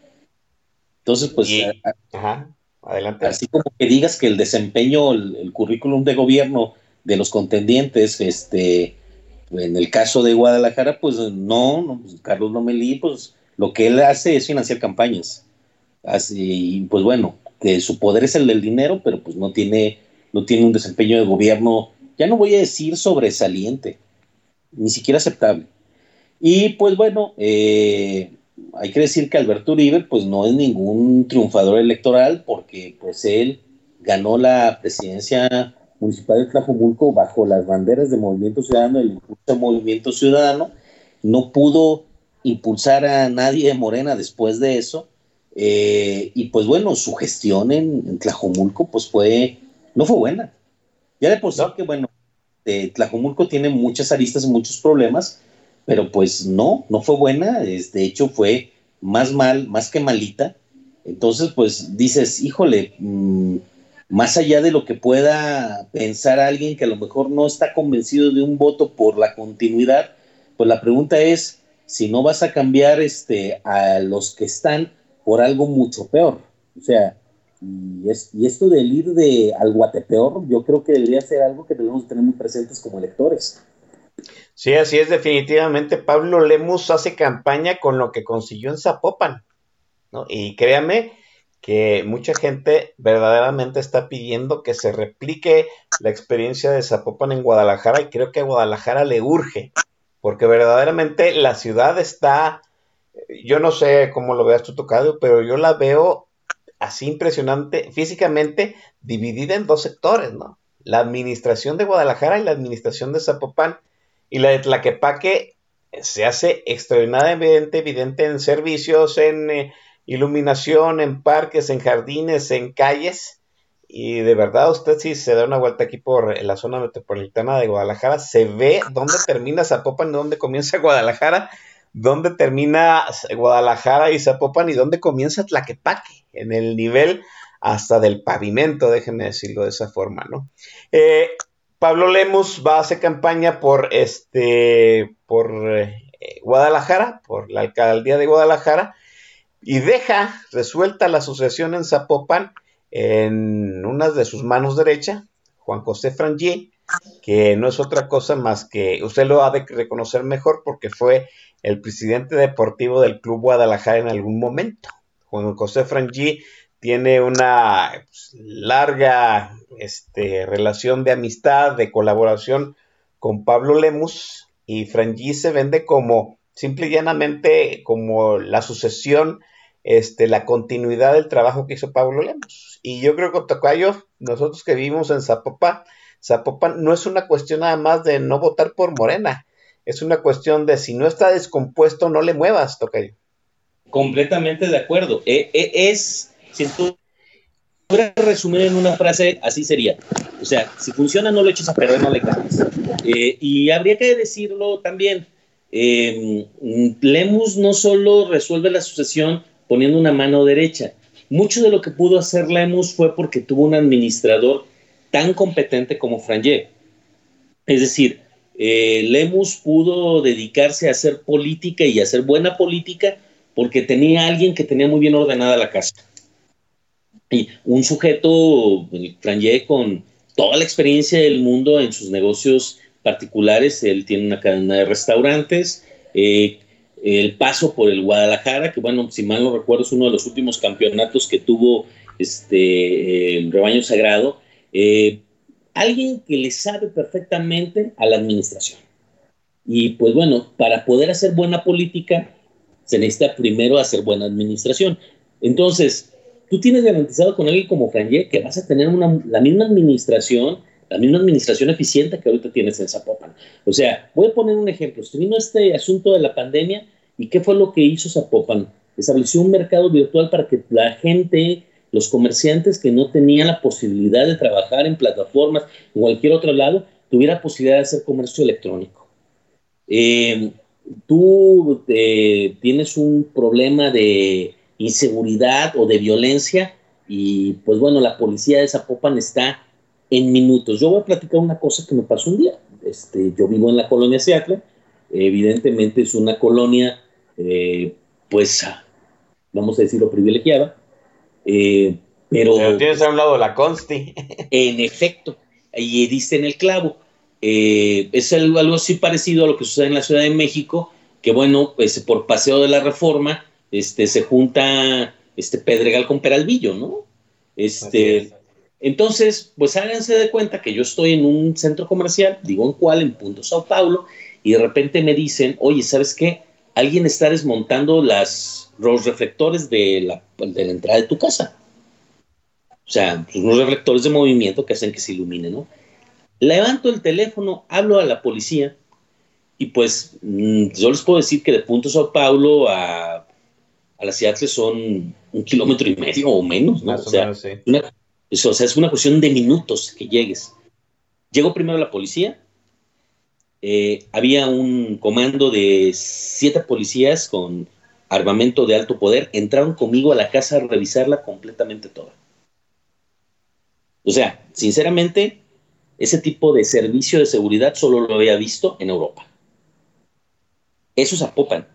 Entonces pues y, a, ajá, adelante. Así como que digas que el desempeño, el, el currículum de gobierno de los contendientes, este, en el caso de Guadalajara, pues no, no pues Carlos Lomelí, pues lo que él hace es financiar campañas. Así, pues bueno, que su poder es el del dinero, pero pues no tiene, no tiene un desempeño de gobierno, ya no voy a decir sobresaliente, ni siquiera aceptable. Y pues bueno, eh, hay que decir que Alberto Uribe pues no es ningún triunfador electoral porque pues él ganó la presidencia municipal de Tlajomulco bajo las banderas de Movimiento Ciudadano, el impulso del Movimiento Ciudadano, no pudo impulsar a nadie de Morena después de eso. Eh, y pues bueno, su gestión en, en Tlajomulco pues fue, no fue buena. Ya de por sí ¿No? que bueno, eh, Tlajomulco tiene muchas aristas y muchos problemas, pero pues no, no fue buena, es, de hecho fue más mal, más que malita. Entonces pues dices, híjole, mmm, más allá de lo que pueda pensar alguien que a lo mejor no está convencido de un voto por la continuidad, pues la pregunta es, si no vas a cambiar este, a los que están, por algo mucho peor. O sea, y, es, y esto del ir de al guatepeor, yo creo que debería ser algo que debemos tener muy presentes como electores. Sí, así es, definitivamente. Pablo Lemos hace campaña con lo que consiguió en Zapopan, ¿no? Y créame que mucha gente verdaderamente está pidiendo que se replique la experiencia de Zapopan en Guadalajara, y creo que a Guadalajara le urge, porque verdaderamente la ciudad está... Yo no sé cómo lo veas tú, Tocayo, pero yo la veo así impresionante, físicamente dividida en dos sectores, ¿no? La administración de Guadalajara y la administración de Zapopan, y la de Tlaquepaque se hace extraordinariamente evidente en servicios, en eh, iluminación, en parques, en jardines, en calles, y de verdad usted si se da una vuelta aquí por la zona metropolitana de Guadalajara, se ve dónde termina Zapopan y dónde comienza Guadalajara, dónde termina Guadalajara y Zapopan y dónde comienza Tlaquepaque, en el nivel hasta del pavimento, déjenme decirlo de esa forma, ¿no? Eh, Pablo Lemos va a hacer campaña por este, por eh, Guadalajara, por la alcaldía de Guadalajara, y deja resuelta la sucesión en Zapopan en una de sus manos derecha, Juan José Frangé, que no es otra cosa más que, usted lo ha de reconocer mejor porque fue el presidente deportivo del Club Guadalajara en algún momento. Juan José Frangé tiene una pues, larga este, relación de amistad, de colaboración con Pablo Lemos, y Frangé se vende como simple y llanamente como la sucesión, este, la continuidad del trabajo que hizo Pablo Lemos. Y yo creo que, tocayo, nosotros que vivimos en Zapopan, Zapopan no es una cuestión nada más de no votar por Morena, es una cuestión de si no está descompuesto, no le muevas, tocayo. Completamente de acuerdo. Eh, eh, es, si tú pudiera resumir en una frase, así sería. O sea, si funciona, no lo eches a perder, no le cambies. Eh, y habría que decirlo también, eh, Lemus no solo resuelve la sucesión poniendo una mano derecha. Mucho de lo que pudo hacer Lemus fue porque tuvo un administrador tan competente como Frangé. Es decir, eh, Lemus pudo dedicarse a hacer política y a hacer buena política porque tenía a alguien que tenía muy bien ordenada la casa. Y un sujeto, Frangé, con toda la experiencia del mundo en sus negocios particulares. Él tiene una cadena de restaurantes, eh, el paso por el Guadalajara, que bueno, si mal no recuerdo, es uno de los últimos campeonatos que tuvo este, el Rebaño Sagrado. Eh, alguien que le sabe perfectamente a la administración. Y pues bueno, para poder hacer buena política, se necesita primero hacer buena administración. Entonces, tú tienes garantizado con alguien como Frangé que vas a tener una, la misma administración, la misma administración eficiente que ahorita tienes en Zapopan. O sea, voy a poner un ejemplo. Se vino este asunto de la pandemia, ¿y qué fue lo que hizo Zapopan? Estableció un mercado virtual para que la gente, los comerciantes que no tenían la posibilidad de trabajar en plataformas o cualquier otro lado, tuviera posibilidad de hacer comercio electrónico. Eh, tú eh, tienes un problema de inseguridad o de violencia y pues bueno, la policía de Zapopan está en minutos. Yo voy a platicar una cosa que me pasó un día. Este, yo vivo en la colonia Seattle, evidentemente es una colonia eh, pues vamos a decirlo privilegiada, eh, pero, pero tienes a un lado la Consti. En efecto, y diste en el clavo. Eh, es algo, algo así parecido a lo que sucede en la Ciudad de México, que bueno, pues por Paseo de la Reforma este, se junta este Pedregal con Peralvillo, ¿no? Este, entonces, pues háganse de cuenta que yo estoy en un centro comercial, digo en cuál, en Punto Sao Paulo, y de repente me dicen, oye, ¿sabes qué? Alguien está desmontando las, los reflectores de la, de la entrada de tu casa. O sea, pues unos reflectores de movimiento que hacen que se ilumine, ¿no? Levanto el teléfono, hablo a la policía y pues mmm, yo les puedo decir que de Punto Sao Paulo a, a la Seattle son un kilómetro y medio o menos, ¿no? Más o, sea, o menos, sí. una, eso, o sea, es una cuestión de minutos que llegues. Llegó primero la policía, eh, había un comando de siete policías con armamento de alto poder, entraron conmigo a la casa a revisarla completamente toda. O sea, sinceramente, ese tipo de servicio de seguridad solo lo había visto en Europa. Eso es Zapopan.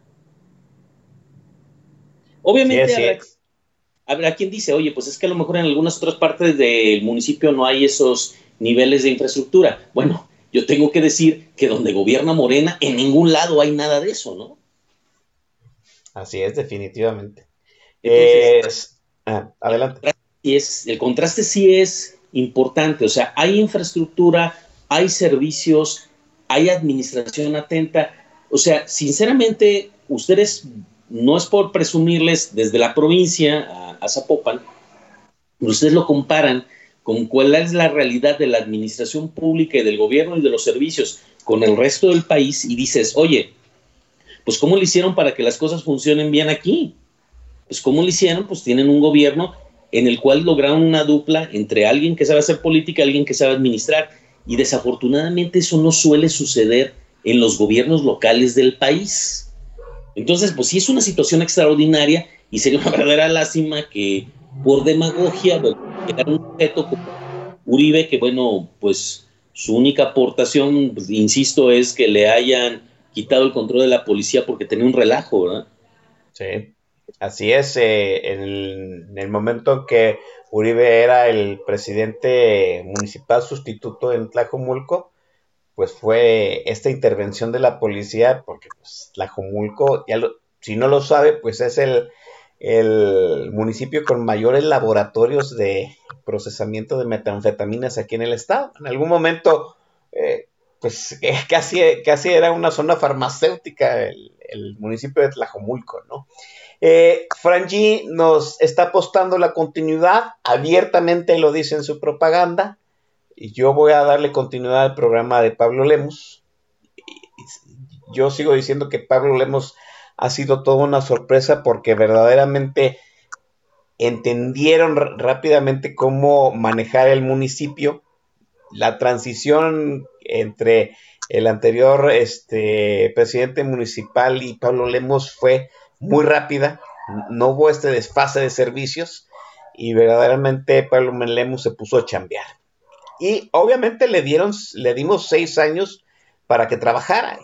Obviamente sí, habrá, habrá quien dice, oye, pues es que a lo mejor en algunas otras partes del municipio no hay esos niveles de infraestructura. Bueno, yo tengo que decir que donde gobierna Morena, en ningún lado hay nada de eso, ¿no? Así es, definitivamente. Entonces, es, ah, adelante. Y es, el contraste sí es importante, o sea, hay infraestructura, hay servicios, hay administración atenta, o sea, sinceramente, ustedes, no es por presumirles desde la provincia a, a Zapopan, ustedes lo comparan con cuál es la realidad de la administración pública y del gobierno y de los servicios con el resto del país y dices, oye, pues ¿cómo le hicieron para que las cosas funcionen bien aquí? Pues ¿cómo le hicieron? Pues tienen un gobierno en el cual lograron una dupla entre alguien que sabe hacer política y alguien que sabe administrar. Y desafortunadamente eso no suele suceder en los gobiernos locales del país. Entonces, pues sí es una situación extraordinaria y sería una verdadera lástima que por demagogia llegara un sujeto como Uribe, que bueno, pues su única aportación, pues, insisto, es que le hayan quitado el control de la policía porque tenía un relajo, ¿verdad? Sí. Así es, eh, en, el, en el momento en que Uribe era el presidente municipal sustituto en Tlajomulco, pues fue esta intervención de la policía, porque pues, Tlajomulco, ya lo, si no lo sabe, pues es el, el municipio con mayores laboratorios de procesamiento de metanfetaminas aquí en el estado. En algún momento, eh, pues eh, casi, casi era una zona farmacéutica el, el municipio de Tlajomulco, ¿no? Eh, Frangi nos está apostando la continuidad, abiertamente lo dice en su propaganda, y yo voy a darle continuidad al programa de Pablo Lemus. Yo sigo diciendo que Pablo Lemus ha sido toda una sorpresa porque verdaderamente entendieron r- rápidamente cómo manejar el municipio. La transición entre el anterior este, presidente municipal y Pablo Lemus fue muy rápida, no hubo este desfase de servicios y verdaderamente Pablo Lemus se puso a chambear. Y obviamente le dieron, le dimos seis años para que trabajara.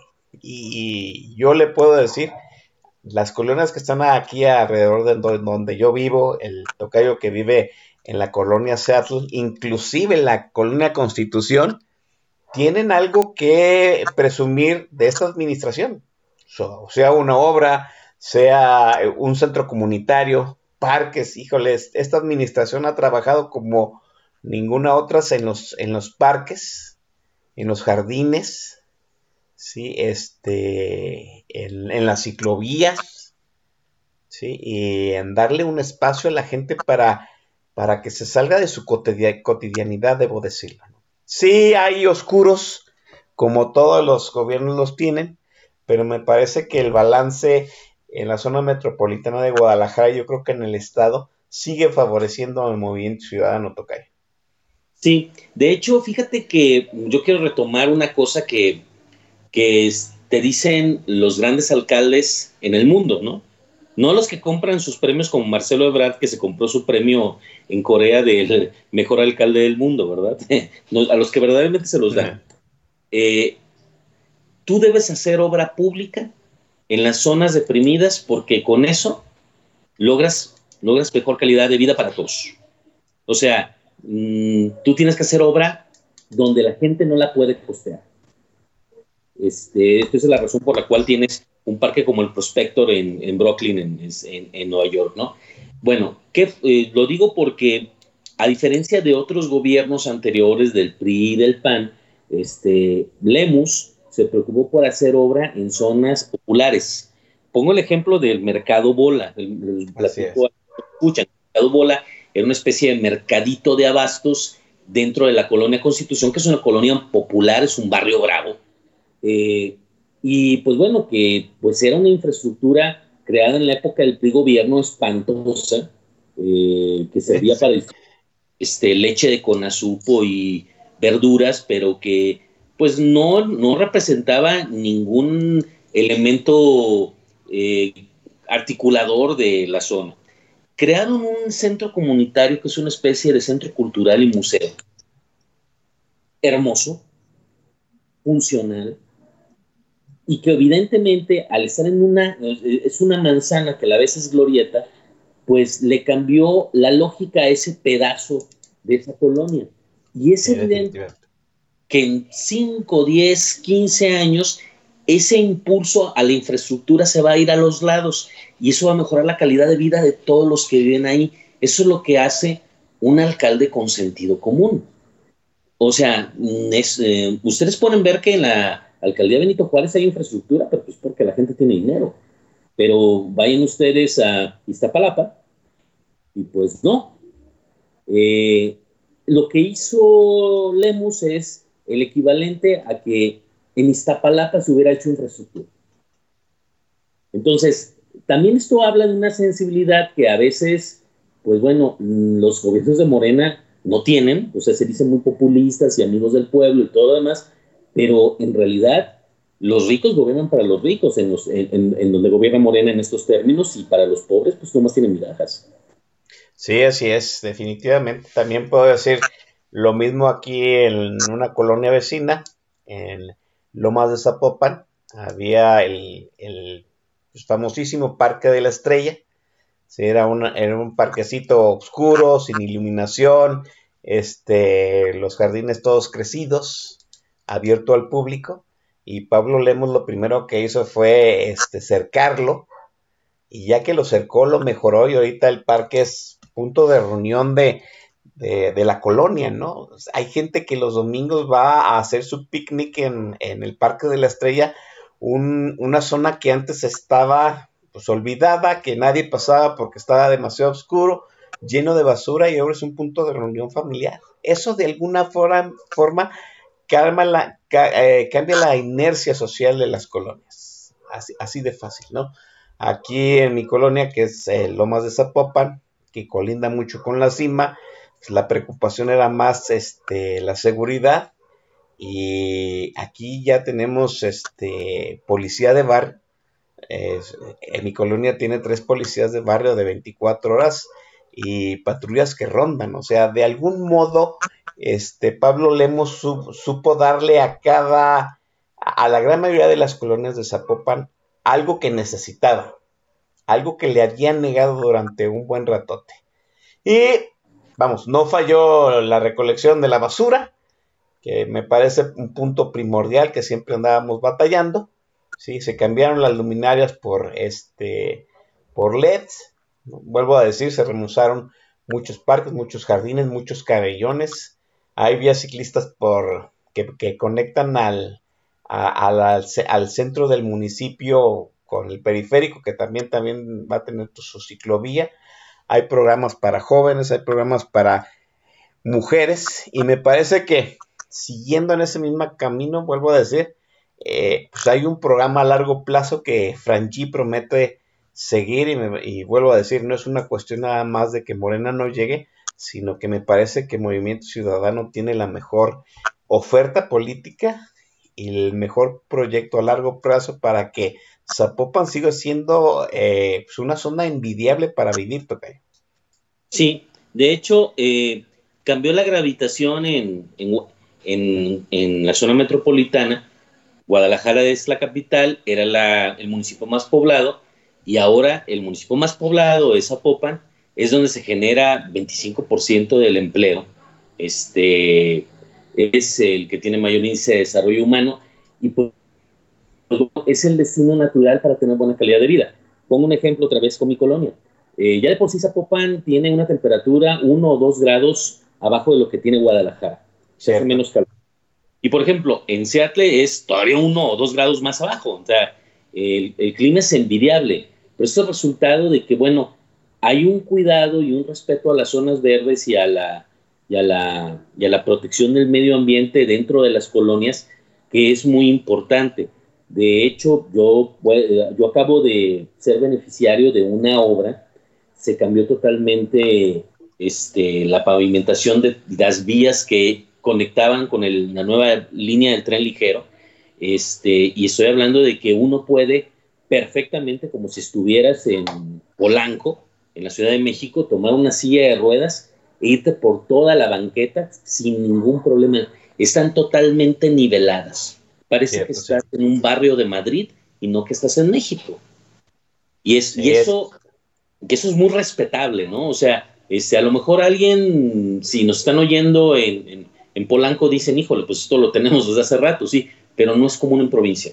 Y yo le puedo decir, las colonias que están aquí alrededor de donde yo vivo, el tocayo que vive en la colonia Seattle, inclusive la colonia Constitución, tienen algo que presumir de esta administración. So, sea una obra, sea un centro comunitario, parques, híjoles, esta administración ha trabajado como ninguna otra en los, en los parques, en los jardines, ¿sí? este, en, en las ciclovías, ¿sí? Y en darle un espacio a la gente para, para que se salga de su cotidia- cotidianidad, debo decirlo, ¿no? Sí hay oscuros, como todos los gobiernos los tienen, pero me parece que el balance en la zona metropolitana de Guadalajara, yo creo que en el estado, sigue favoreciendo al movimiento ciudadano, tocayo. Sí, de hecho, fíjate que yo quiero retomar una cosa que, que es, te dicen los grandes alcaldes en el mundo, ¿no? No los que compran sus premios como Marcelo Ebrard, que se compró su premio en Corea del mejor alcalde del mundo, ¿verdad? No, a los que verdaderamente se los dan. Eh, tú debes hacer obra pública en las zonas deprimidas porque con eso logras, logras mejor calidad de vida para todos. O sea, mmm, tú tienes que hacer obra donde la gente no la puede costear. Este, esta es la razón por la cual tienes un parque como el Prospector en, en Brooklyn, en, en, en Nueva York, ¿no? Bueno, ¿qué, eh, lo digo porque a diferencia de otros gobiernos anteriores del P R I y del P A N, este, Lemus se preocupó por hacer obra en zonas populares. Pongo el ejemplo del Mercado Bola. El, el, platico, escuchan, el Mercado Bola era una especie de mercadito de abastos dentro de la colonia Constitución, que es una colonia popular, es un barrio bravo. Eh, y pues bueno, que pues era una infraestructura creada en la época del P R I gobierno espantosa, eh, que servía para este, leche de conazupo y verduras, pero que pues no, no representaba ningún elemento eh, articulador de la zona. Crearon un centro comunitario que es una especie de centro cultural y museo. Hermoso, funcional, y que evidentemente al estar en una, es una manzana que a la vez es glorieta, pues le cambió la lógica a ese pedazo de esa colonia. Y es evidente que en cinco, diez, quince años ese impulso a la infraestructura se va a ir a los lados y eso va a mejorar la calidad de vida de todos los que viven ahí. Eso es lo que hace un alcalde con sentido común. O sea, es, eh, ustedes pueden ver que en la alcaldía Benito Juárez hay infraestructura, pero pues porque la gente tiene dinero. Pero vayan ustedes a Iztapalapa y pues no. Eh, lo que hizo Lemus es el equivalente a que en Iztapalapa se hubiera hecho infraestructura. Entonces, también esto habla de una sensibilidad que a veces, pues bueno, los gobiernos de Morena no tienen, o sea, se dicen muy populistas y amigos del pueblo y todo lo demás, pero en realidad los ricos gobiernan para los ricos, en, los, en, en, en donde gobierna Morena en estos términos, y para los pobres, pues nomás tienen migajas. Sí, así es, definitivamente. También puedo decir lo mismo aquí en una colonia vecina, en Lomas de Zapopan, había el, el pues, famosísimo Parque de la Estrella. Sí, era, una, era un parquecito oscuro, sin iluminación, este, los jardines todos crecidos, abierto al público, y Pablo Lemus lo primero que hizo fue este, cercarlo, y ya que lo cercó, lo mejoró, y ahorita el parque es punto de reunión de, de, de la colonia, ¿no? Hay gente que los domingos va a hacer su picnic en, en el Parque de la Estrella, un, una zona que antes estaba pues olvidada, que nadie pasaba porque estaba demasiado oscuro, lleno de basura, y ahora es un punto de reunión familiar. Eso de alguna forma, forma calma la, ca, eh, cambia la inercia social de las colonias. Así, así de fácil, ¿no? Aquí en mi colonia, que es eh, Lomas de Zapopan, que colinda mucho con la cima, pues la preocupación era más este, la seguridad, y aquí ya tenemos este, policía de barrio. Eh, en mi colonia tiene tres policías de barrio de veinticuatro horas y patrullas que rondan. O sea, de algún modo, este Pablo Lemos su, supo darle a cada, a la gran mayoría de las colonias de Zapopan algo que necesitaba, algo que le habían negado durante un buen ratote. Y vamos, no falló la recolección de la basura, que me parece un punto primordial que siempre andábamos batallando. Sí, se cambiaron las luminarias por este por L E Ds. Vuelvo a decir, se remozaron muchos parques, muchos jardines, muchos cabellones. Hay vías ciclistas por que, que conectan al, a, a la, al centro del municipio con el periférico, que también, también va a tener su ciclovía. Hay programas para jóvenes, hay programas para mujeres, y me parece que siguiendo en ese mismo camino, vuelvo a decir, eh, pues hay un programa a largo plazo que Franchi promete seguir, y, me, y vuelvo a decir, no es una cuestión nada más de que Morena no llegue, sino que me parece que Movimiento Ciudadano tiene la mejor oferta política y el mejor proyecto a largo plazo para que Zapopan siga siendo eh, pues una zona envidiable para vivir, Tocayo. Sí, de hecho, eh, cambió la gravitación en, en, en, en la zona metropolitana. Guadalajara es la capital, era la, el municipio más poblado, y ahora el municipio más poblado es Zapopan, es donde se genera veinticinco por ciento del empleo. Este, es el que tiene mayor índice de desarrollo humano, y pues, es el destino natural para tener buena calidad de vida. Pongo un ejemplo otra vez con mi colonia. Eh, ya de por sí Zapopan tiene una temperatura uno o dos grados abajo de lo que tiene Guadalajara. Se hace menos calor. Y por ejemplo, en Seattle es todavía uno o dos grados más abajo. O sea, el, el clima es envidiable. Pero esto es resultado de que, bueno, hay un cuidado y un respeto a las zonas verdes y a la, y a la, y a la protección del medio ambiente dentro de las colonias, que es muy importante. De hecho, yo, yo acabo de ser beneficiario de una obra. Se cambió totalmente este, la pavimentación de las vías que conectaban con el, la nueva línea del tren ligero. Este, y estoy hablando de que uno puede perfectamente, como si estuvieras en Polanco, en la Ciudad de México, tomar una silla de ruedas e irte por toda la banqueta sin ningún problema. Están totalmente niveladas. Parece cierto, que estás sí. en un barrio de Madrid y no que estás en México. Y, es, sí, y eso, es. Que eso es muy respetable, ¿no? O sea, este, a lo mejor alguien, si nos están oyendo en, en, en Polanco, dicen, híjole, pues esto lo tenemos desde hace rato, sí, pero no es común en provincia.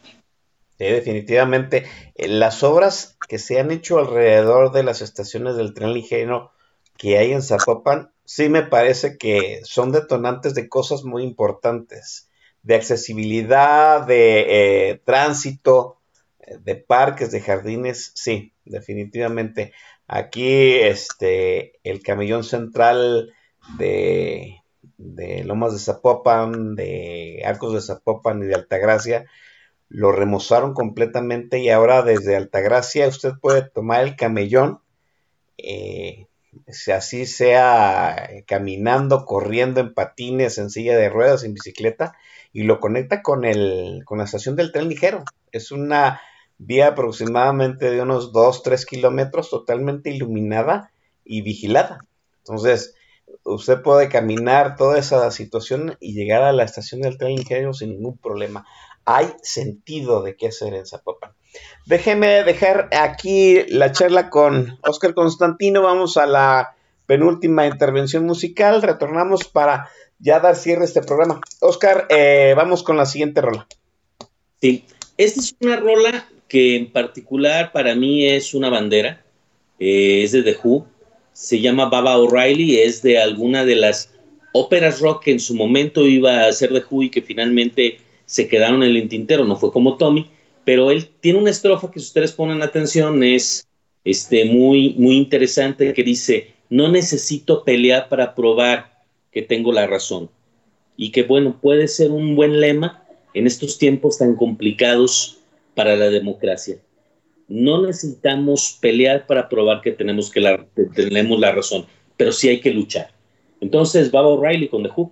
Sí, definitivamente. Las obras que se han hecho alrededor de las estaciones del tren ligero que hay en Zapopan, sí me parece que son detonantes de cosas muy importantes, de accesibilidad, de eh, tránsito, de parques, de jardines, sí, definitivamente. Aquí este, el camellón central de, de Lomas de Zapopan, de Arcos de Zapopan y de Altagracia, lo remozaron completamente, y ahora desde Altagracia usted puede tomar el camellón, eh, así sea caminando, corriendo, en patines, en silla de ruedas, en bicicleta, y lo conecta con, el, con la estación del tren ligero. Es una vía aproximadamente de unos dos a tres kilómetros, totalmente iluminada y vigilada. Entonces, usted puede caminar toda esa situación y llegar a la estación del tren ligero sin ningún problema. Hay sentido de qué hacer en Zapopan. Déjeme dejar aquí la charla con Óscar Constantino. Vamos a la penúltima intervención musical. Retornamos para ya dar cierre a este programa. Óscar, eh, vamos con la siguiente rola. Sí, esta es una rola que en particular para mí es una bandera. Eh, es de The Who. Se llama Baba O'Reilly. Es de alguna de las óperas rock que en su momento iba a ser The Who y que finalmente se quedaron en el tintero. No fue como Tommy. pero él tiene una estrofa que si ustedes ponen atención es este, muy, muy interesante, que dice: no necesito pelear para probar que tengo la razón. Y que bueno, puede ser un buen lema en estos tiempos tan complicados para la democracia. No necesitamos pelear para probar que tenemos, que la, que tenemos la razón, pero sí hay que luchar. Entonces, Baba O'Riley con The Who.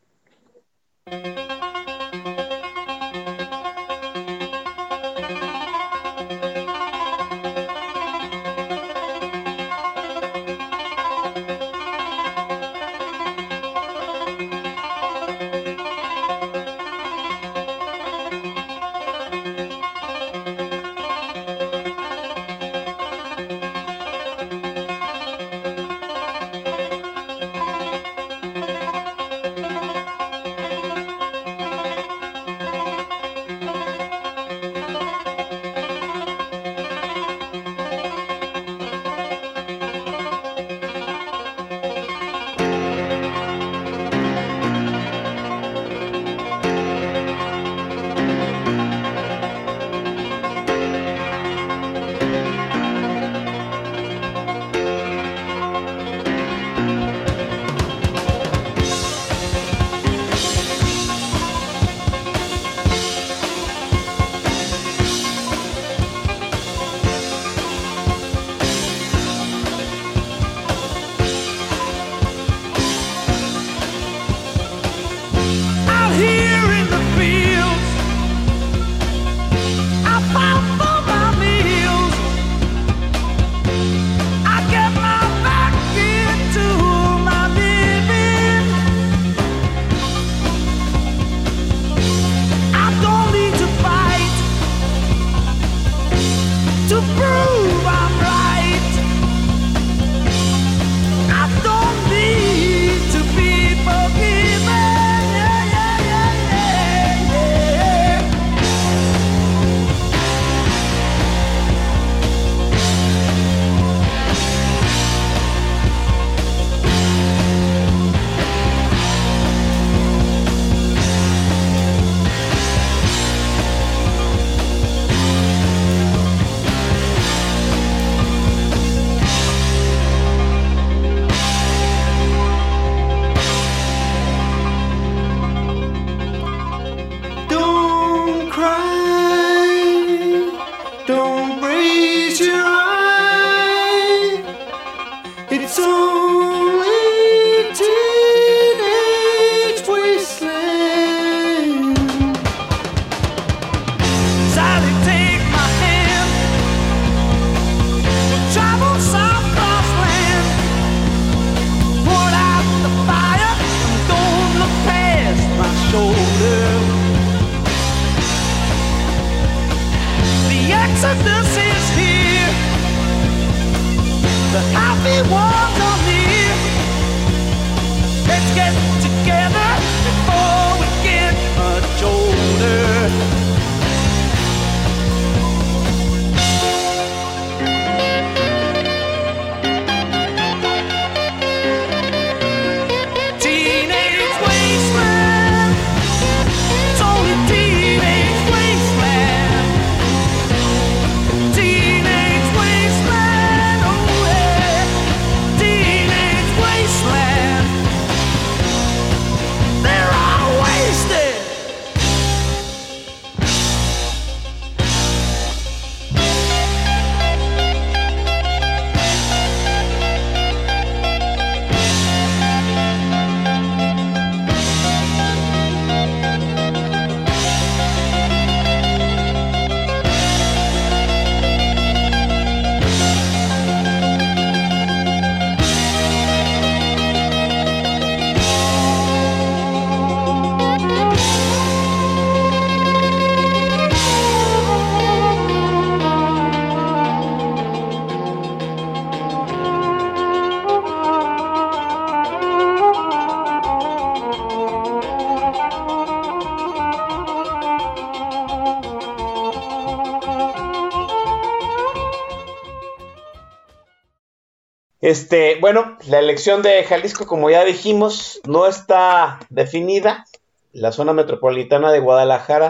Este, bueno, la elección de Jalisco, como ya dijimos, no está definida. La zona metropolitana de Guadalajara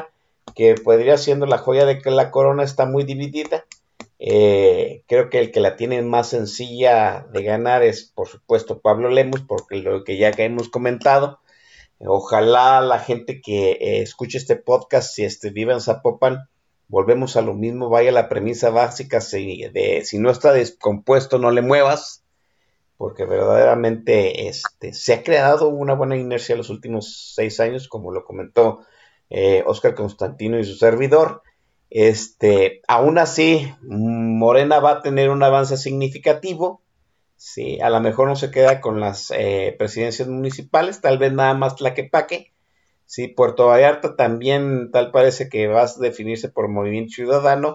que podría siendo la joya de que la corona está muy dividida. Eh, creo que el que la tiene más sencilla de ganar es, por supuesto, Pablo Lemus, porque lo que ya que hemos comentado. Ojalá la gente que eh, escuche este podcast, si este, vive en Zapopan, volvemos a lo mismo, vaya a la premisa básica, si, de, si no está descompuesto, no le muevas, porque verdaderamente este, se ha creado una buena inercia en los últimos seis años, como lo comentó eh, Óscar Constantino y su servidor. Este, aún así, Morena va a tener un avance significativo. Sí, a lo mejor no se queda con las eh, presidencias municipales, tal vez nada más Tlaquepaque. Sí, Puerto Vallarta también tal parece que va a definirse por Movimiento Ciudadano,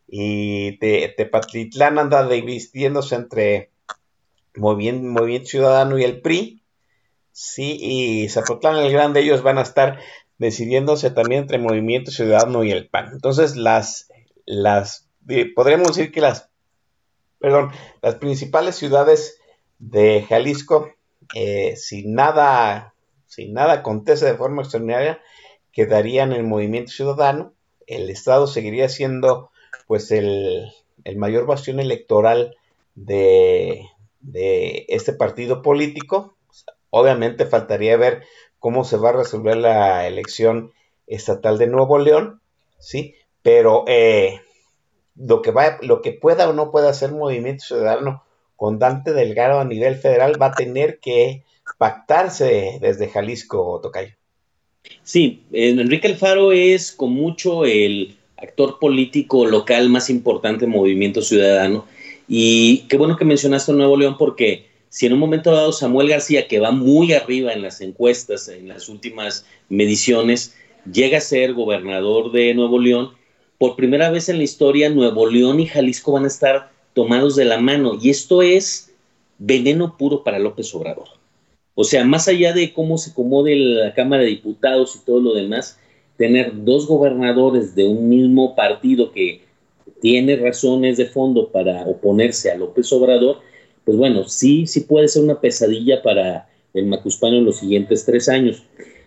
y Te, Tepatitlán anda dividiéndose entre Movimiento, Movimiento Ciudadano y el P R I. Sí, y Zapotlán el Grande, ellos van a estar decidiéndose también entre Movimiento Ciudadano y el P A N. Entonces, las, las eh, podríamos decir que las Perdón, las principales ciudades de Jalisco, eh, si nada, si nada acontece de forma extraordinaria, quedarían en el Movimiento Ciudadano. El estado seguiría siendo, pues, el, el mayor bastión electoral de, de este partido político. Obviamente faltaría ver cómo se va a resolver la elección estatal de Nuevo León, ¿sí? Pero eh, Lo que, va, lo que pueda o no pueda hacer Movimiento Ciudadano con Dante Delgado a nivel federal va a tener que pactarse desde Jalisco, Tocayo. Sí, eh, Enrique Alfaro es con mucho el actor político local más importante en Movimiento Ciudadano, y qué bueno que mencionaste Nuevo León, porque si en un momento dado Samuel García, que va muy arriba en las encuestas, en las últimas mediciones, llega a ser gobernador de Nuevo León, por primera vez en la historia, Nuevo León y Jalisco van a estar tomados de la mano, y esto es veneno puro para López Obrador. O sea, más allá de cómo se acomode la Cámara de Diputados y todo lo demás, tener dos gobernadores de un mismo partido que tiene razones de fondo para oponerse a López Obrador, pues bueno, sí, sí puede ser una pesadilla para el macuspano en los siguientes tres años.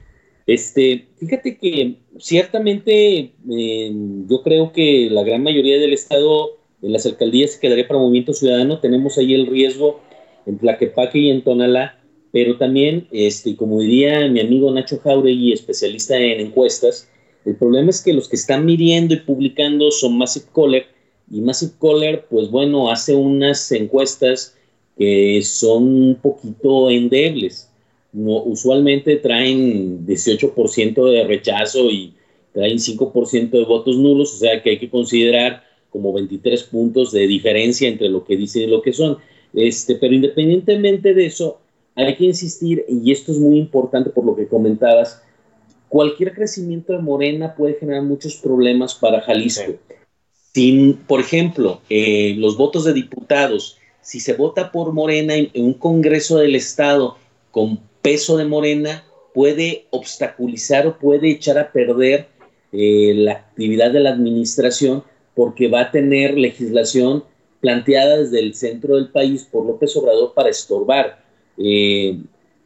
Este, fíjate que ciertamente eh, yo creo que la gran mayoría del estado, de las alcaldías, se quedaría para Movimiento Ciudadano. Tenemos ahí el riesgo en Tlaquepaque y en Tonalá, pero también, este, como diría mi amigo Nacho Jauregui, especialista en encuestas, el problema es que los que están midiendo y publicando son Massive Caller, y Massive Caller, pues bueno, hace unas encuestas que son un poquito endebles. No, usualmente traen dieciocho por ciento de rechazo y traen cinco por ciento de votos nulos, o sea que hay que considerar como veintitrés puntos de diferencia entre lo que dicen y lo que son. Este, pero independientemente de eso, hay que insistir, y esto es muy importante por lo que comentabas, cualquier crecimiento de Morena puede generar muchos problemas para Jalisco. Si, por ejemplo, eh, los votos de diputados, si se vota por Morena en, en un Congreso del Estado con peso de Morena, puede obstaculizar o puede echar a perder eh, la actividad de la administración, porque va a tener legislación planteada desde el centro del país por López Obrador para estorbar. Eh,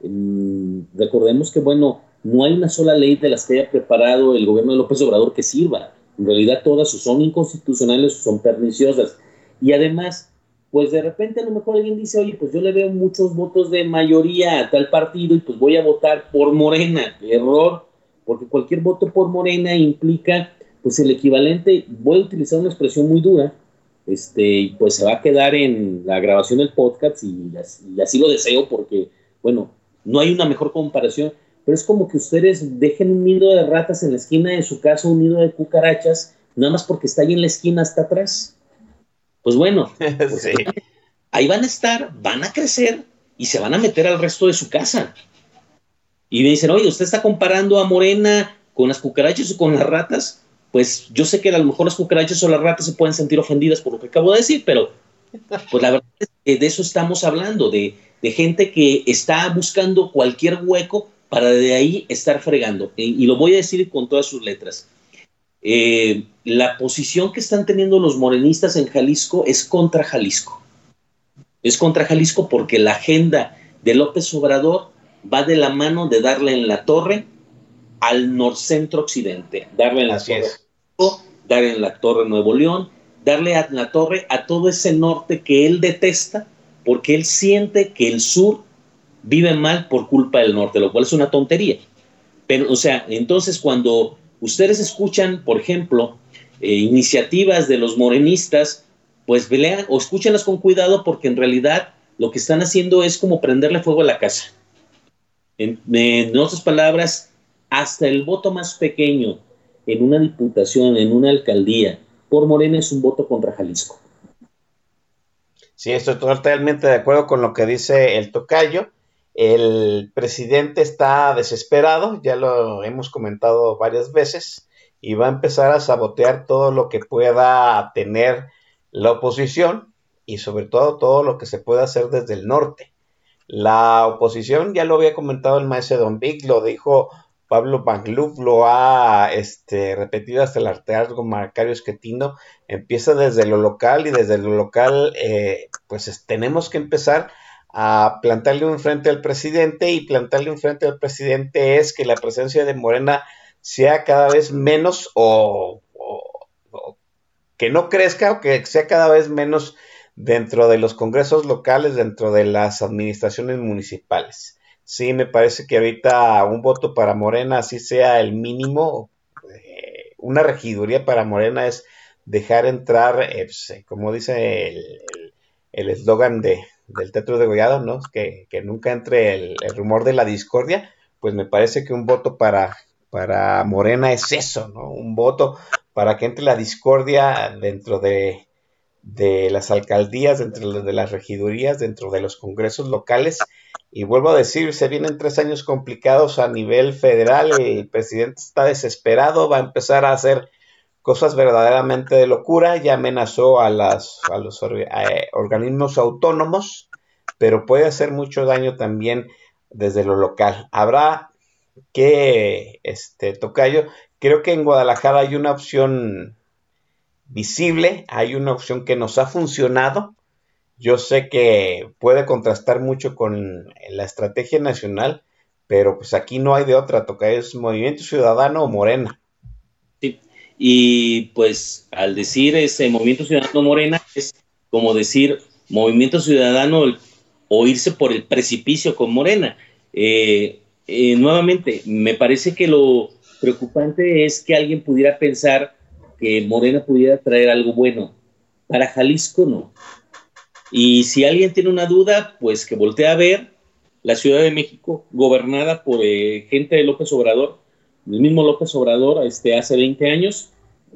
eh, recordemos que, bueno, no hay una sola ley de las que haya preparado el gobierno de López Obrador que sirva. En realidad todas o son inconstitucionales o son perniciosas. Y además, pues de repente a lo mejor alguien dice, oye, pues yo le veo muchos votos de mayoría a tal partido y pues voy a votar por Morena. Error, porque cualquier voto por Morena implica pues el equivalente, voy a utilizar una expresión muy dura, este, pues se va a quedar en la grabación del podcast, y así, y así lo deseo, porque, bueno, no hay una mejor comparación, pero es como que ustedes dejen un nido de ratas en la esquina de su casa, un nido de cucarachas, nada más porque está ahí en la esquina hasta atrás. Pues bueno, pues sí. Ahí van a estar, van a crecer y se van a meter al resto de su casa. Y me dicen, oye, ¿usted está comparando a Morena con las cucarachas o con las ratas? Pues yo sé que a lo mejor las cucarachas o las ratas se pueden sentir ofendidas por lo que acabo de decir, pero pues la verdad es que de eso estamos hablando, de, de gente que está buscando cualquier hueco para de ahí estar fregando. Y, y lo voy a decir con todas sus letras. Eh, la posición que están teniendo los morenistas en Jalisco es contra Jalisco. Es contra Jalisco porque la agenda de López Obrador va de la mano de darle en la torre al norcentro occidente, darle en la Así torre, es. darle en la torre Nuevo León, darle a la torre a todo ese norte que él detesta, porque él siente que el sur vive mal por culpa del norte, lo cual es una tontería. Pero, o sea, entonces cuando ustedes escuchan, por ejemplo, eh, iniciativas de los morenistas, pues vean o escúchenlas con cuidado, porque en realidad lo que están haciendo es como prenderle fuego a la casa. En, en otras palabras, hasta el voto más pequeño en una diputación, en una alcaldía, por Morena es un voto contra Jalisco. Sí, estoy totalmente de acuerdo con lo que dice el tocayo. El presidente está desesperado, ya lo hemos comentado varias veces, y va a empezar a sabotear todo lo que pueda tener la oposición y sobre todo todo lo que se pueda hacer desde el norte. La oposición, ya lo había comentado el maestro Don Vic, lo dijo Pablo Bangluf, lo ha este, repetido hasta el hartazgo Macario Esquetino, empieza desde lo local y desde lo local eh, pues es, tenemos que empezar a plantarle un frente al presidente, y plantarle un frente al presidente es que la presencia de Morena sea cada vez menos o, o, o que no crezca, o que sea cada vez menos dentro de los congresos locales, dentro de las administraciones municipales. Sí, me parece que ahorita un voto para Morena, así sea el mínimo, eh, una regiduría para Morena es dejar entrar, eh, pues, como dice el eslogan de, del Teatro de Degollado, ¿no? Que, que nunca entre el, el rumor de la discordia. Pues me parece que un voto para, para Morena es eso, ¿no? Un voto para que entre la discordia dentro de, de las alcaldías, dentro de las regidurías, dentro de los congresos locales. Y vuelvo a decir, se vienen tres años complicados a nivel federal, el presidente está desesperado, va a empezar a hacer cosas verdaderamente de locura, ya amenazó a, las, a los or, eh, organismos autónomos, pero puede hacer mucho daño también desde lo local. Habrá que, este, tocayo, creo que en Guadalajara hay una opción visible, hay una opción que nos ha funcionado. Yo sé que puede contrastar mucho con la estrategia nacional, pero pues aquí no hay de otra, tocayo, es Movimiento Ciudadano o Morena. Sí. Y pues al decir ese Movimiento Ciudadano Morena es como decir Movimiento Ciudadano o irse por el precipicio con Morena. Eh, eh, nuevamente, me parece que lo preocupante es que alguien pudiera pensar que Morena pudiera traer algo bueno. Para Jalisco no. Y si alguien tiene una duda, pues que voltee a ver la Ciudad de México gobernada por eh, gente de López Obrador, el mismo López Obrador este, hace veinte años,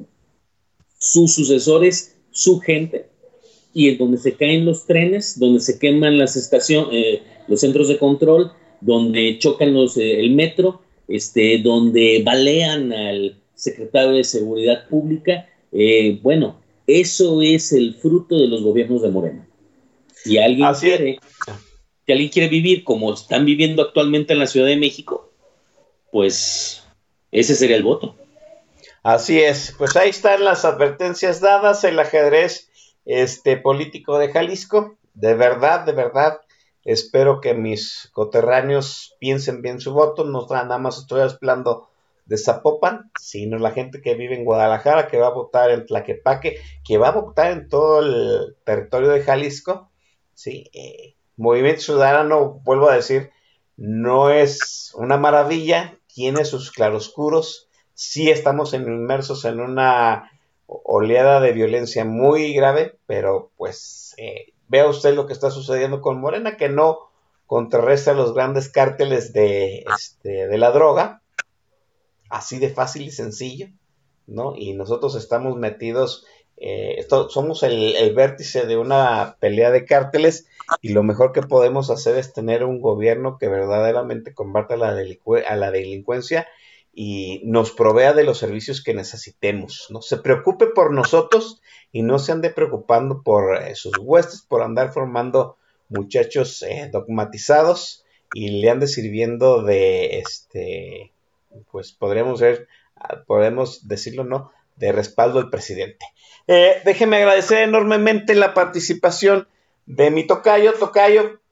sus sucesores, su gente, y en donde se caen los trenes, donde se queman las estaciones, eh, los centros de control, donde chocan los, eh, el metro, este, donde balean al secretario de Seguridad Pública. Eh, bueno, eso es el fruto de los gobiernos de Morena. Si alguien Así quiere, si alguien quiere vivir como están viviendo actualmente en la Ciudad de México, pues ese sería el voto. Así es, pues ahí están las advertencias dadas, el ajedrez este, político de Jalisco. De verdad, de verdad, espero que mis coterráneos piensen bien su voto, no nada más estoy hablando de Zapopan, sino la gente que vive en Guadalajara, que va a votar en Tlaquepaque, que va a votar en todo el territorio de Jalisco. Sí, eh, Movimiento Ciudadano, vuelvo a decir, no es una maravilla, tiene sus claroscuros, sí estamos inmersos en una oleada de violencia muy grave, pero pues eh, vea usted lo que está sucediendo con Morena, que no contrarresta los grandes cárteles de, este, de la droga, así de fácil y sencillo, ¿no? Y nosotros estamos metidos, eh, esto, somos el, el vértice de una pelea de cárteles, y lo mejor que podemos hacer es tener un gobierno que verdaderamente combata la delincu- a la delincuencia y nos provea de los servicios que necesitemos, ¿no? Se preocupe por nosotros y no se ande preocupando por eh, sus huestes, por andar formando muchachos eh, dogmatizados y le ande sirviendo de, este, pues podríamos ver, podemos decirlo, ¿no?, de respaldo al presidente. Eh, déjeme agradecer enormemente la participación de mi tocayo. Tocayo,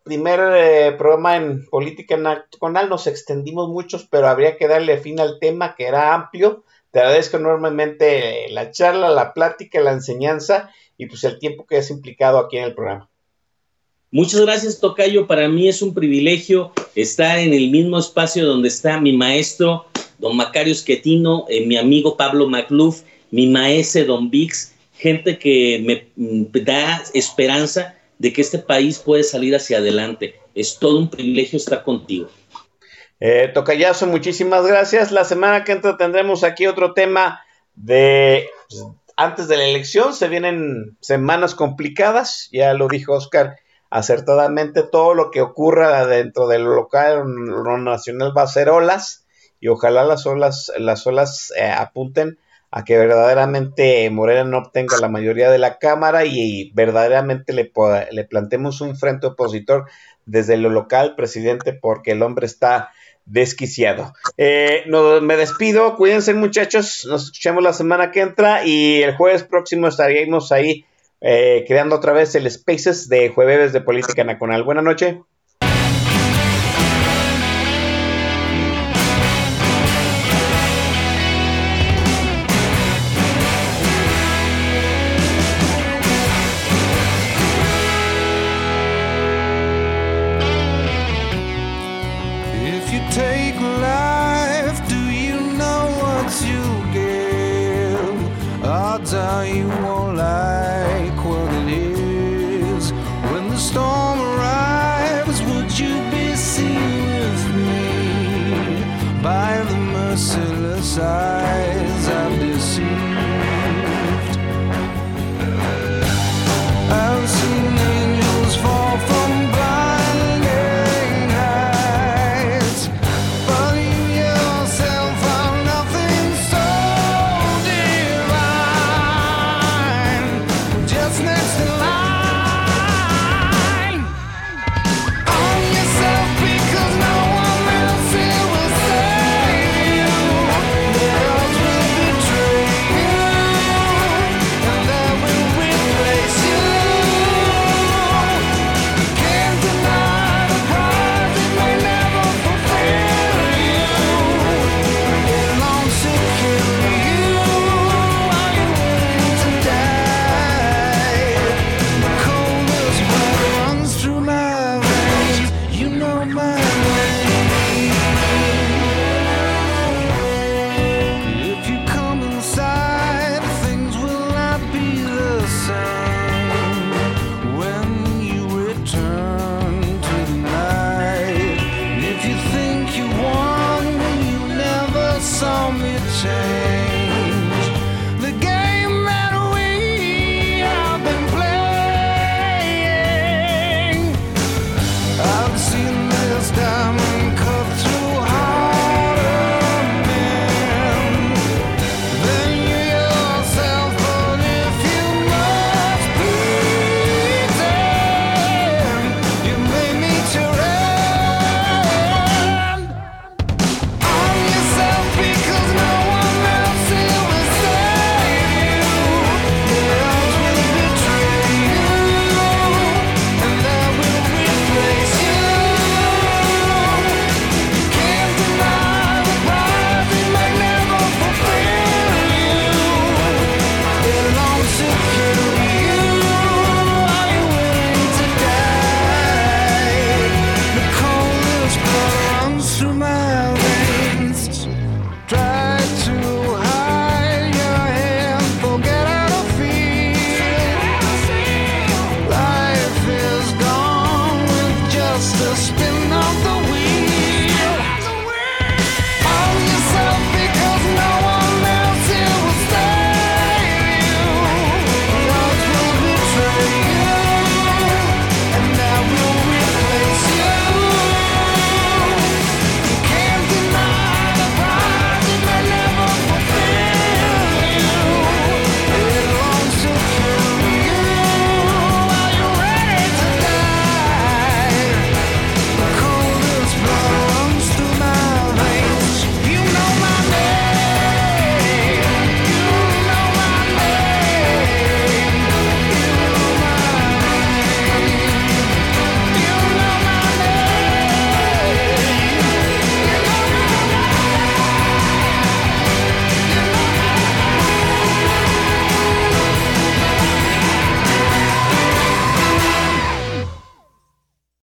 primer eh, programa en Política Nacional, nos extendimos muchos, pero habría que darle fin al tema, que era amplio. Te agradezco enormemente la charla, la plática, la enseñanza y pues el tiempo que has implicado aquí en el programa. Muchas gracias, tocayo. Para mí es un privilegio estar en el mismo espacio donde está mi maestro, don Macario Schettino, eh, mi amigo Pablo Macluf, mi maese don Vix, gente que me mm, da esperanza de que este país puede salir hacia adelante. Es todo un privilegio estar contigo. Eh, tocayazo, muchísimas gracias. La semana que entra tendremos aquí otro tema de pues, antes de la elección. Se vienen semanas complicadas, ya lo dijo Oscar acertadamente. Todo lo que ocurra dentro de lo local, lo nacional, va a ser olas, y ojalá las olas, las olas eh, apunten a que verdaderamente Morena no obtenga la mayoría de la Cámara y, y verdaderamente le, le planteemos un frente opositor desde lo local, presidente, porque el hombre está desquiciado. Eh, no, me despido, cuídense muchachos, nos escuchamos la semana que entra y el jueves próximo estaríamos ahí eh, creando otra vez el Spaces de Jueves de Política Nacional. Buenas noches. You won't like what it is. When the storm arrives, would you be seen with me by the merciless eyes I've deceived? I've seen angels fall from blinding heights, but you yourself are nothing so just next in line on yourself, because no one else here will save you. The odds will betray you, and they will replace you. Can't deny the prize, it may never fulfill you. Get along secure you, are you willing to die? Through my veins, you know my name. If you come inside, things will not be the same when you return to the night. And if you think you won, you never saw me change.